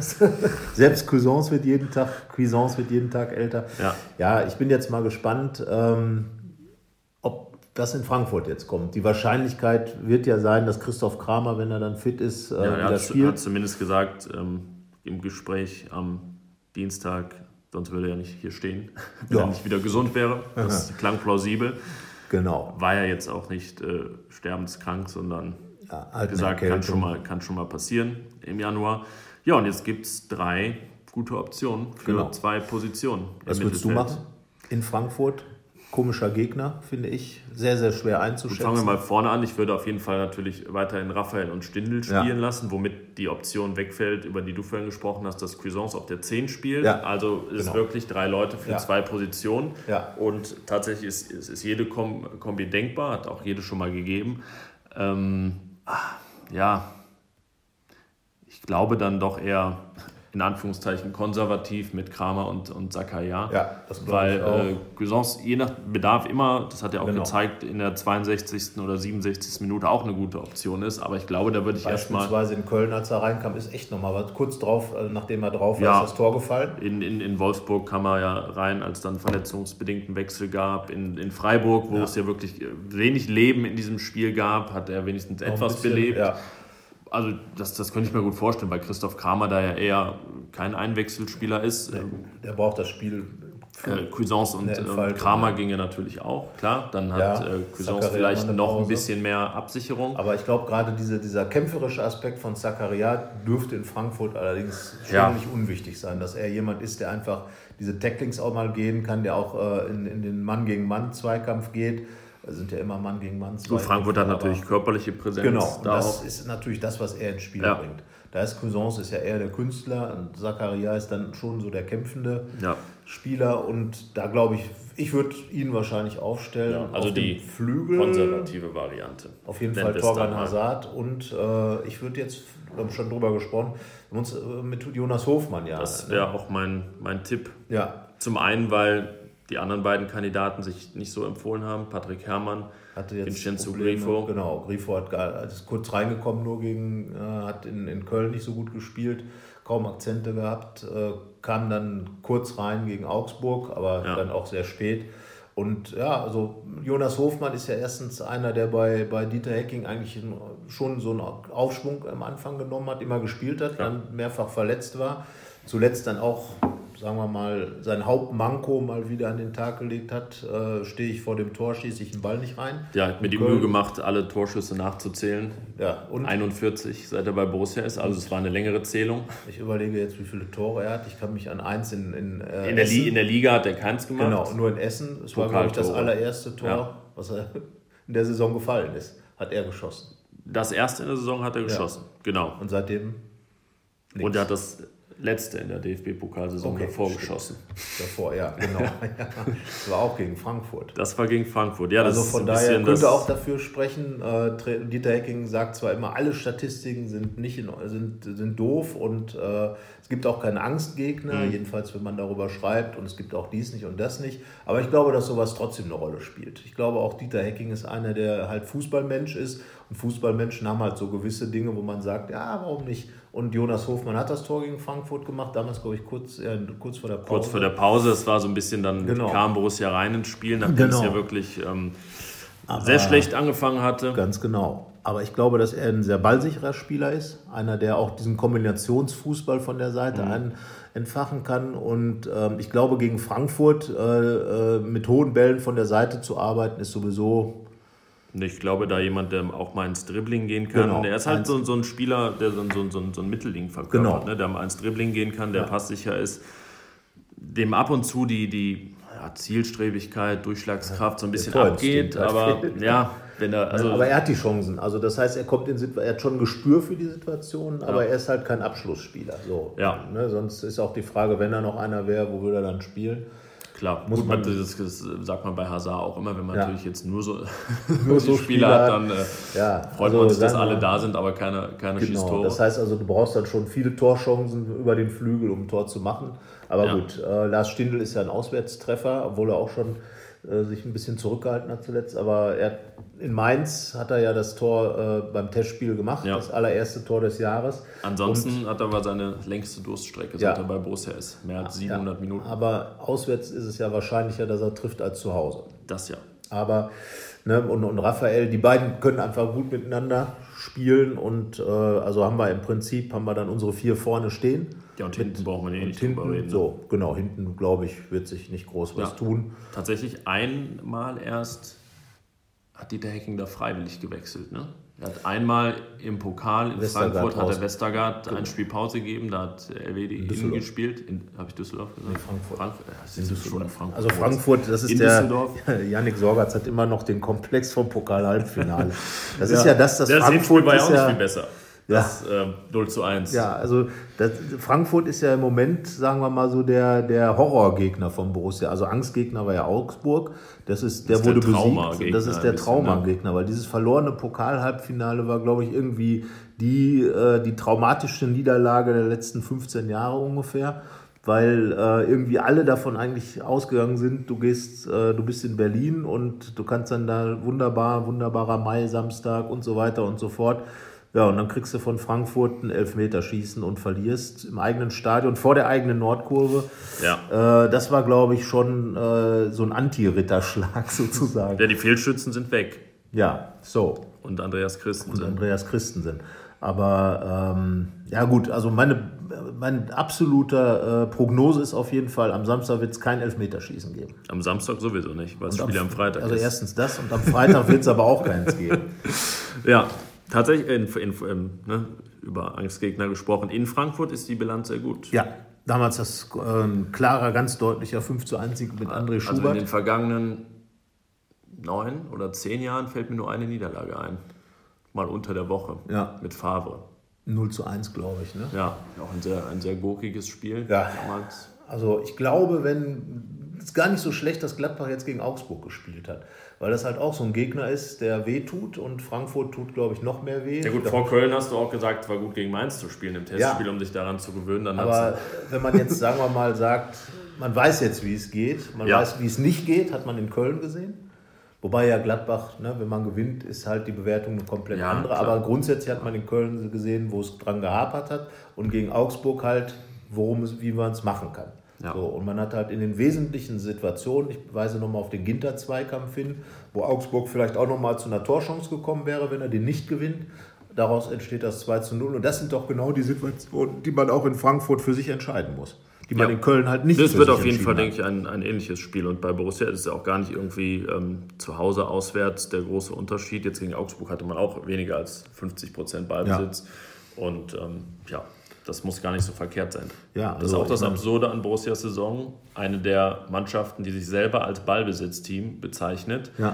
Selbst Cuisance wird jeden Tag, Cuisance wird jeden Tag älter. Ja, ja ich bin jetzt mal gespannt, ähm, ob das in Frankfurt jetzt kommt. Die Wahrscheinlichkeit wird ja sein, dass Christoph Kramer, wenn er dann fit ist, äh, ja, er wieder hat, spielt. Er hat zumindest gesagt ähm, im Gespräch am Dienstag, sonst würde er nicht hier stehen, wenn ja. er nicht wieder gesund wäre. Das klang plausibel. Genau. War ja jetzt auch nicht äh, sterbenskrank, sondern ja, halt gesagt, kann schon, mal, kann schon mal passieren im Januar. Ja, und jetzt gibt es drei gute Optionen für genau. zwei Positionen. Was würdest du machen in Frankfurt? Komischer Gegner, finde ich. Sehr, sehr schwer einzuschätzen. Gut, fangen wir mal vorne an. Ich würde auf jeden Fall natürlich weiterhin Raphael und Stindl spielen ja. lassen, womit die Option wegfällt, über die du vorhin gesprochen hast, dass Cuisance auf der zehn spielt. Ja. Also es genau. wirklich drei Leute für ja. zwei Positionen. Ja. Und tatsächlich ist, ist, ist jede Kombi denkbar, hat auch jede schon mal gegeben. Ähm, ja, ich glaube dann doch eher, in Anführungszeichen konservativ mit Kramer und, und Zakaria. Ja, das glaube Weil ich auch. äh, Cuisance je nach Bedarf immer, das hat er auch Genau. gezeigt, in der zweiundsechzigsten oder siebenundsechzigsten Minute auch eine gute Option ist. Aber ich glaube, da würde ich erstmal... Beispielsweise in Köln, als er reinkam, ist echt nochmal was. Kurz drauf, äh, nachdem er drauf war, Ja. ist das Tor gefallen. In, in, in Wolfsburg kam er ja rein, als dann verletzungsbedingten Wechsel gab. In, in Freiburg, wo Ja. es ja wirklich wenig Leben in diesem Spiel gab, hat er wenigstens Noch ein etwas bisschen, belebt. Ja. Also das, das könnte ich mir gut vorstellen, weil Christoph Kramer da ja eher kein Einwechselspieler ist. Der, der braucht das Spiel. Äh, Cuisance und, Eine Entfaltung, und Kramer ja. ginge natürlich auch, klar. Dann hat Ja, äh, Cuisance Zakaria vielleicht eine noch ein Pause. bisschen mehr Absicherung. Aber ich glaube, gerade diese, dieser kämpferische Aspekt von Zakaria dürfte in Frankfurt allerdings schon Ja. nicht unwichtig sein, dass er jemand ist, der einfach diese Tacklings auch mal gehen kann, der auch äh, in, in den Mann-gegen-Mann-Zweikampf geht. Da sind ja immer Mann gegen Mann. Gut, Frankfurt hat natürlich körperliche Präsenz. Genau, und da das auch. ist natürlich das, was er ins Spiel Ja. bringt. Da ist Cuisance ist ja eher der Künstler und Zakaria ist dann schon so der kämpfende Ja. Spieler. Und da glaube ich, ich würde ihn wahrscheinlich aufstellen. Ja, also auf die dem Flügel. konservative Variante. Auf jeden Wenn Fall wir es Torgan dann mal- Hazard. Und äh, ich würde jetzt, wir haben schon drüber gesprochen, wir haben uns äh, mit Jonas Hofmann ja. Das wäre auch mein, mein Tipp. Ja, Zum einen, weil die anderen beiden Kandidaten sich nicht so empfohlen haben. Patrick Herrmann, hatte jetzt Vincenzo Probleme. Grifo. Genau, Grifo hat gar, ist kurz reingekommen, nur gegen, äh, hat in, in Köln nicht so gut gespielt, kaum Akzente gehabt, äh, kam dann kurz rein gegen Augsburg, aber Ja. dann auch sehr spät. Und ja, also Jonas Hofmann ist ja erstens einer, der bei, bei Dieter Hecking eigentlich einen, schon so einen Aufschwung am Anfang genommen hat, immer gespielt hat, Ja. dann mehrfach verletzt war. Zuletzt dann auch, sagen wir mal, sein Hauptmanko mal wieder an den Tag gelegt hat. Äh, stehe ich vor dem Tor, schieße ich den Ball nicht rein. Ja, hat mir die Köln. Mühe gemacht, alle Torschüsse nachzuzählen. Ja, und einundvierzig, seit er bei Borussia ist. Also es war eine längere Zählung. ich überlege jetzt, wie viele Tore er hat. Ich kann mich an eins in, in, äh, In der, Essen, Li- in der Liga hat er keins gemacht. genau, nur in Essen. Es war, glaube ich, das Pokaltore. allererste Tor, Ja. was er in der Saison gefallen ist. Hat er geschossen. Das erste in der Saison hat er geschossen. Genau. Und seitdem nichts. Und er hat das letzte in der D F B-Pokalsaison Okay, davor stimmt. geschossen. davor, ja, genau. Ja. Das war auch gegen Frankfurt. Das war gegen Frankfurt. Ja, das Also ist von ein daher bisschen könnte das- auch dafür sprechen, äh, Tra- Dieter Hecking sagt zwar immer, alle Statistiken sind, nicht in, sind, sind doof und äh, es gibt auch keinen Angstgegner, Mhm. jedenfalls wenn man darüber schreibt, und es gibt auch dies nicht und das nicht. Aber ich glaube, dass sowas trotzdem eine Rolle spielt. Ich glaube auch, Dieter Hecking ist einer, der halt Fußballmensch ist, und Fußballmenschen haben halt so gewisse Dinge, wo man sagt, ja, warum nicht? Und Jonas Hofmann hat das Tor gegen Frankfurt gemacht, damals glaube ich kurz, äh, kurz vor der Pause. Kurz vor der Pause, es war so ein bisschen, dann Genau. kam Borussia rein ins Spiel, nachdem es Genau. ja wirklich ähm, sehr schlecht angefangen hatte. Ganz genau. Aber ich glaube, dass er ein sehr ballsicherer Spieler ist. Einer, der auch diesen Kombinationsfußball von der Seite Mhm. ein, entfachen kann. Und ähm, ich glaube, gegen Frankfurt äh, äh, mit hohen Bällen von der Seite zu arbeiten, ist sowieso... Und ich glaube, da jemand, der auch mal ins Dribbling gehen kann. Genau. Der ist halt Eins- so, so ein Spieler, der so, so, so, so ein Mittelding verkörpert, Genau. ne? Der mal ins Dribbling gehen kann, der Ja. passsicher ist. Dem ab und zu die, die ja, Zielstrebigkeit, Durchschlagskraft so ein bisschen abgeht. Torinstinkt Aber fehlt. ja, wenn er... Also, aber er hat die Chancen. Also das heißt, er kommt in Situ- er hat schon ein Gespür für die Situation, aber er ist halt kein Abschlussspieler. So, Ja. ne? Sonst ist auch die Frage, wenn er noch einer wäre, wo würde er dann spielen? Klar, Muss gut, man- man, das, das sagt man bei Hazard auch immer, wenn man Ja. natürlich jetzt nur so, Nur die so Spieler Spieler hat, hat. dann äh, Ja, freut also man sich, dass sagen wir- alle da sind, aber keiner, keiner schießt Genau, Tore. das heißt also, du brauchst dann schon viele Torchancen über den Flügel, um ein Tor zu machen. Aber Ja. gut, äh, Lars Stindl ist ja ein Auswärtstreffer, obwohl er auch schon äh, sich ein bisschen zurückgehalten hat zuletzt. Aber er, in Mainz hat er ja das Tor äh, beim Testspiel gemacht, Ja. das allererste Tor des Jahres. Ansonsten hat er aber seine längste Durststrecke, seit Ja. er bei Borussia ist. Mehr als siebenhundert Ja, Minuten. Aber auswärts ist es ja wahrscheinlicher, dass er trifft als zu Hause. Das ja. Aber ne, und, und Raphael, die beiden können einfach gut miteinander spielen und äh, also haben wir im Prinzip haben wir dann unsere vier vorne stehen. Ja, und hinten brauchen wir eh Und nicht drüber hinten, reden. ne? so, genau, hinten, glaube ich, wird sich nicht groß was Ja. tun. Tatsächlich einmal erst hat Dieter Hecking da freiwillig gewechselt. Ne? Er hat einmal im Pokal in Westergaard Frankfurt hat raus. er Westergaard ein Spiel Pause gegeben, da hat L W D innen Düsseldorf. gespielt. Habe ich Düsseldorf gesagt? Nee, Frankfurt. Frankfurt. Ja, das ist schon Frankfurt. Also Frankfurt, das ist In der, Düsseldorf. Yannick Sorgatz hat immer noch den Komplex vom Pokal-Halbfinale. Das ist ja das, das Das Hinspiel Frankfurt war ja ist auch nicht ja, viel besser. das ja. äh, null zu eins. Ja, also das, Frankfurt ist ja im Moment, sagen wir mal so, der, der Horrorgegner von Borussia. Also Angstgegner war ja Augsburg. Das ist, der das ist wurde der besiegt. Und das ist der Traumagegner, weil dieses verlorene Pokal-Halbfinale war, glaube ich, irgendwie die, äh, die traumatischste Niederlage der letzten fünfzehn Jahre ungefähr. Weil äh, irgendwie alle davon eigentlich ausgegangen sind, du gehst, äh, du bist in Berlin und du kannst dann da wunderbar, wunderbarer Mai, Samstag und so weiter und so fort. Ja, und dann kriegst du von Frankfurt einen Elfmeterschießen und verlierst im eigenen Stadion vor der eigenen Nordkurve. Ja. Äh, das war, glaube ich, schon äh, so ein Anti-Ritterschlag sozusagen. Ja, die Fehlschützen sind weg. Ja, so. Und Andreas Christensen. Und Andreas Christensen. Aber ähm, ja gut, also meine, meine absolute äh, Prognose ist auf jeden Fall, am Samstag wird es kein Elfmeterschießen geben. Am Samstag sowieso nicht, weil das Spiel am, am Freitag also ist. Also erstens das und am Freitag wird es aber auch keins geben. Ja, tatsächlich in, in, in, ne, über Angstgegner gesprochen. In Frankfurt ist die Bilanz sehr gut. Ja, damals das äh, ein klarer, ganz deutlicher fünf zu eins Sieg mit André Schubert. Also in den vergangenen neun oder zehn Jahren fällt mir nur eine Niederlage ein. Mal unter der Woche ja. mit Favre. null zu eins, glaube ich. Ne? Ja, auch ein sehr, ein sehr gurkiges Spiel. Ja. Damals. Also ich glaube, wenn es ist gar nicht so schlecht, dass Gladbach jetzt gegen Augsburg gespielt hat. Weil das halt auch so ein Gegner ist, der weh tut und Frankfurt tut, glaube ich, noch mehr weh. Ja gut, vor Köln hast du auch gesagt, es war gut gegen Mainz zu spielen im Testspiel, ja. um sich daran zu gewöhnen. Dann aber wenn man jetzt, sagen wir mal, sagt, man weiß jetzt, wie es geht, man ja. weiß, wie es nicht geht, hat man in Köln gesehen. Wobei ja Gladbach, ne, wenn man gewinnt, ist halt die Bewertung eine komplett ja, andere. Klar. Aber grundsätzlich hat man in Köln gesehen, wo es dran gehapert hat. Und gegen Augsburg halt, worum es, wie man es machen kann. Ja. So, und man hat halt in den wesentlichen Situationen, ich weise nochmal auf den Ginter-Zweikampf hin, wo Augsburg vielleicht auch nochmal zu einer Torchance gekommen wäre, wenn er den nicht gewinnt. Daraus entsteht das zwei zu null. Und das sind doch genau die Situationen, die man auch in Frankfurt für sich entscheiden muss. Die man ja. in Köln halt nicht. Das wird auf jeden Fall, denke ich, ein, ein ähnliches Spiel. Und bei Borussia ist es ja auch gar nicht irgendwie ähm, zu Hause auswärts der große Unterschied. Jetzt gegen Augsburg hatte man auch weniger als fünfzig Prozent Ballbesitz. Ja. Und ähm, ja, das muss gar nicht so verkehrt sein. Ja, also das ist auch das Absurde an Borussias Saison. Eine der Mannschaften, die sich selber als Ballbesitzteam bezeichnet, ja.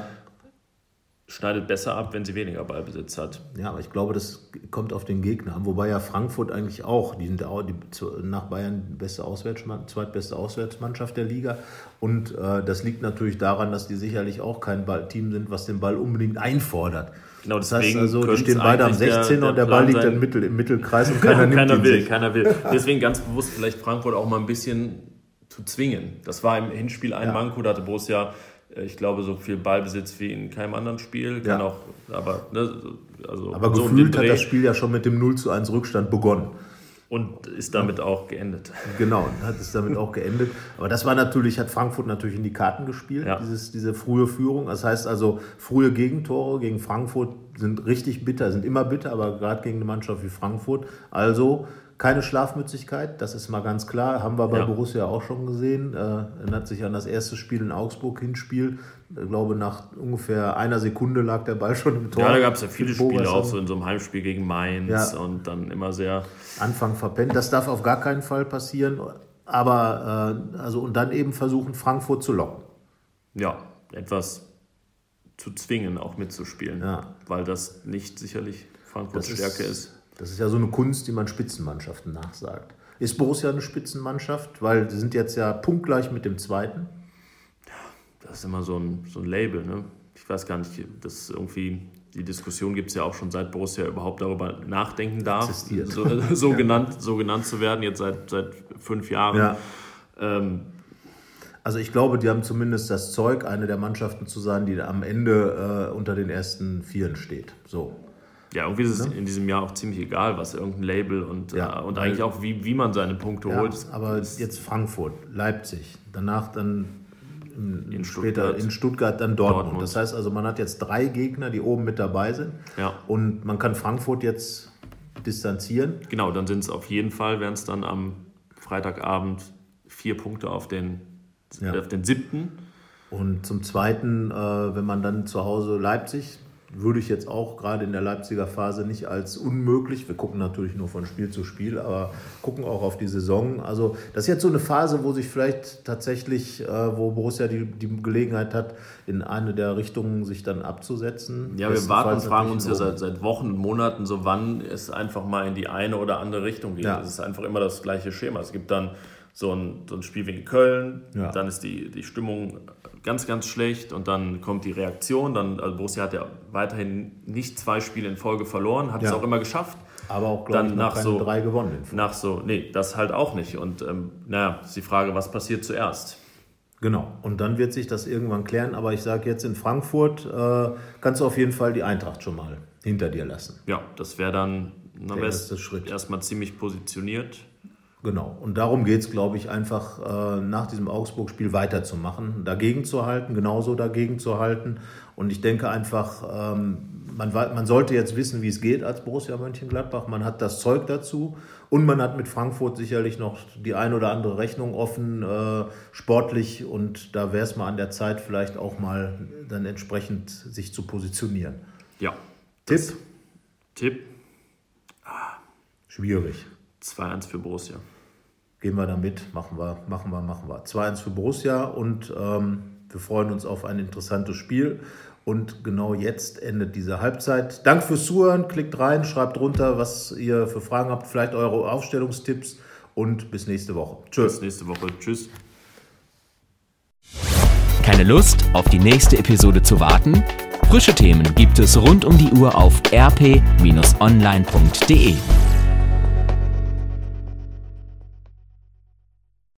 schneidet besser ab, wenn sie weniger Ballbesitz hat. Ja, aber ich glaube, das kommt auf den Gegner an. Wobei ja Frankfurt eigentlich auch, die sind auch die, nach Bayern die beste Auswärtsmann, zweitbeste Auswärtsmannschaft der Liga. Und äh, das liegt natürlich daran, dass die sicherlich auch kein Ball, Team sind, was den Ball unbedingt einfordert. Genau, das heißt also, die stehen beide am sechzehner der, und der Ball liegt dann Mittel, im Mittelkreis und keiner ja, nimmt keiner ihn will, sich. Keiner will. Deswegen ganz bewusst vielleicht Frankfurt auch mal ein bisschen zu zwingen. Das war im Hinspiel ein ja. Manko, da hatte Borussia ich glaube, so viel Ballbesitz wie in keinem anderen Spiel. Kann ja. auch, aber ne, also aber so gefühlt hat das Spiel ja schon mit dem null zu eins Rückstand begonnen. Und ist damit auch geendet. Genau, hat es damit auch geendet. Aber das war natürlich, hat Frankfurt natürlich in die Karten gespielt, ja. dieses, diese frühe Führung. Das heißt also, frühe Gegentore gegen Frankfurt sind richtig bitter, sind immer bitter, aber gerade gegen eine Mannschaft wie Frankfurt. Also keine Schlafmützigkeit, das ist mal ganz klar. Haben wir bei ja. Borussia auch schon gesehen. Äh, erinnert sich an das erste Spiel in Augsburg, Hinspiel. Ich glaube, nach ungefähr einer Sekunde lag der Ball schon im Tor. Ja, da gab es ja viele Spiele, auch so in so einem Heimspiel gegen Mainz ja. und dann immer sehr... Anfang verpennt. Das darf auf gar keinen Fall passieren. Aber, äh, also, und dann eben versuchen, Frankfurt zu locken. Ja, etwas zu zwingen, auch mitzuspielen. Ja. Weil das nicht sicherlich Frankfurts das Stärke ist, ist. Das ist ja so eine Kunst, die man Spitzenmannschaften nachsagt. Ist Borussia eine Spitzenmannschaft? Weil sie sind jetzt ja punktgleich mit dem Zweiten. Das ist immer so ein, so ein Label, ne? Ich weiß gar nicht, das irgendwie, die Diskussion gibt es ja auch schon, seit Borussia überhaupt darüber nachdenken darf, so, so, ja. genannt, so genannt zu werden, jetzt seit, seit fünf Jahren. Ja. Ähm, also ich glaube, die haben zumindest das Zeug, eine der Mannschaften zu sein, die am Ende äh, unter den ersten Vieren steht. So. Ja, irgendwie ist es ja. in diesem Jahr auch ziemlich egal, was irgendein Label und, ja, äh, und eigentlich auch, wie, wie man seine Punkte ja, holt. Aber jetzt Frankfurt, Leipzig, danach dann in, in, später Stuttgart. in Stuttgart dann Dortmund. Dortmund. Das heißt also, man hat jetzt drei Gegner, die oben mit dabei sind ja. und man kann Frankfurt jetzt distanzieren. Genau, dann sind es auf jeden Fall, wären es dann am Freitagabend vier Punkte auf den, ja. auf den siebten. Und zum Zweiten, äh, wenn man dann zu Hause Leipzig würde ich jetzt auch gerade in der Leipziger Phase nicht als unmöglich, wir gucken natürlich nur von Spiel zu Spiel, aber gucken auch auf die Saison. Also das ist jetzt so eine Phase, wo sich vielleicht tatsächlich, äh, wo Borussia die, die Gelegenheit hat, in eine der Richtungen sich dann abzusetzen. Ja, wir warten und fragen uns ja seit, seit Wochen und Monaten so, wann es einfach mal in die eine oder andere Richtung geht. Ja. Es ist einfach immer das gleiche Schema. Es gibt dann so ein, so ein Spiel wie in Köln, ja. dann ist die, die Stimmung ganz, ganz schlecht und dann kommt die Reaktion. Dann, also Borussia hat ja weiterhin nicht zwei Spiele in Folge verloren, hat ja. es auch immer geschafft. Aber auch, glaube ich, noch keine so, drei gewonnen. Nach so, nee, das halt auch nicht. Und ähm, naja, ist die Frage, was passiert zuerst? Genau, und dann wird sich das irgendwann klären. Aber ich sage jetzt in Frankfurt, äh, kannst du auf jeden Fall die Eintracht schon mal hinter dir lassen. Ja, das wäre dann der erste Schritt. Erstmal ziemlich positioniert. Genau, und darum geht es, glaube ich, einfach äh, nach diesem Augsburg-Spiel weiterzumachen, dagegen zu halten, genauso dagegen zu halten. Und ich denke einfach, ähm, man, man sollte jetzt wissen, wie es geht als Borussia Mönchengladbach. Man hat das Zeug dazu und man hat mit Frankfurt sicherlich noch die ein oder andere Rechnung offen, äh, sportlich. Und da wäre es mal an der Zeit, vielleicht auch mal dann entsprechend sich zu positionieren. Ja. Tipp? Tipp? Ah. Schwierig. zwei eins für Borussia. Gehen wir damit, machen wir, machen wir, machen wir. zwei eins für Borussia und ähm, wir freuen uns auf ein interessantes Spiel. Und genau jetzt endet diese Halbzeit. Danke fürs Zuhören, klickt rein, schreibt runter, was ihr für Fragen habt, vielleicht eure Aufstellungstipps und bis nächste Woche. Tschüss. Bis nächste Woche. Tschüss. Keine Lust, auf die nächste Episode zu warten? Frische Themen gibt es rund um die Uhr auf r p Bindestrich online punkt d e.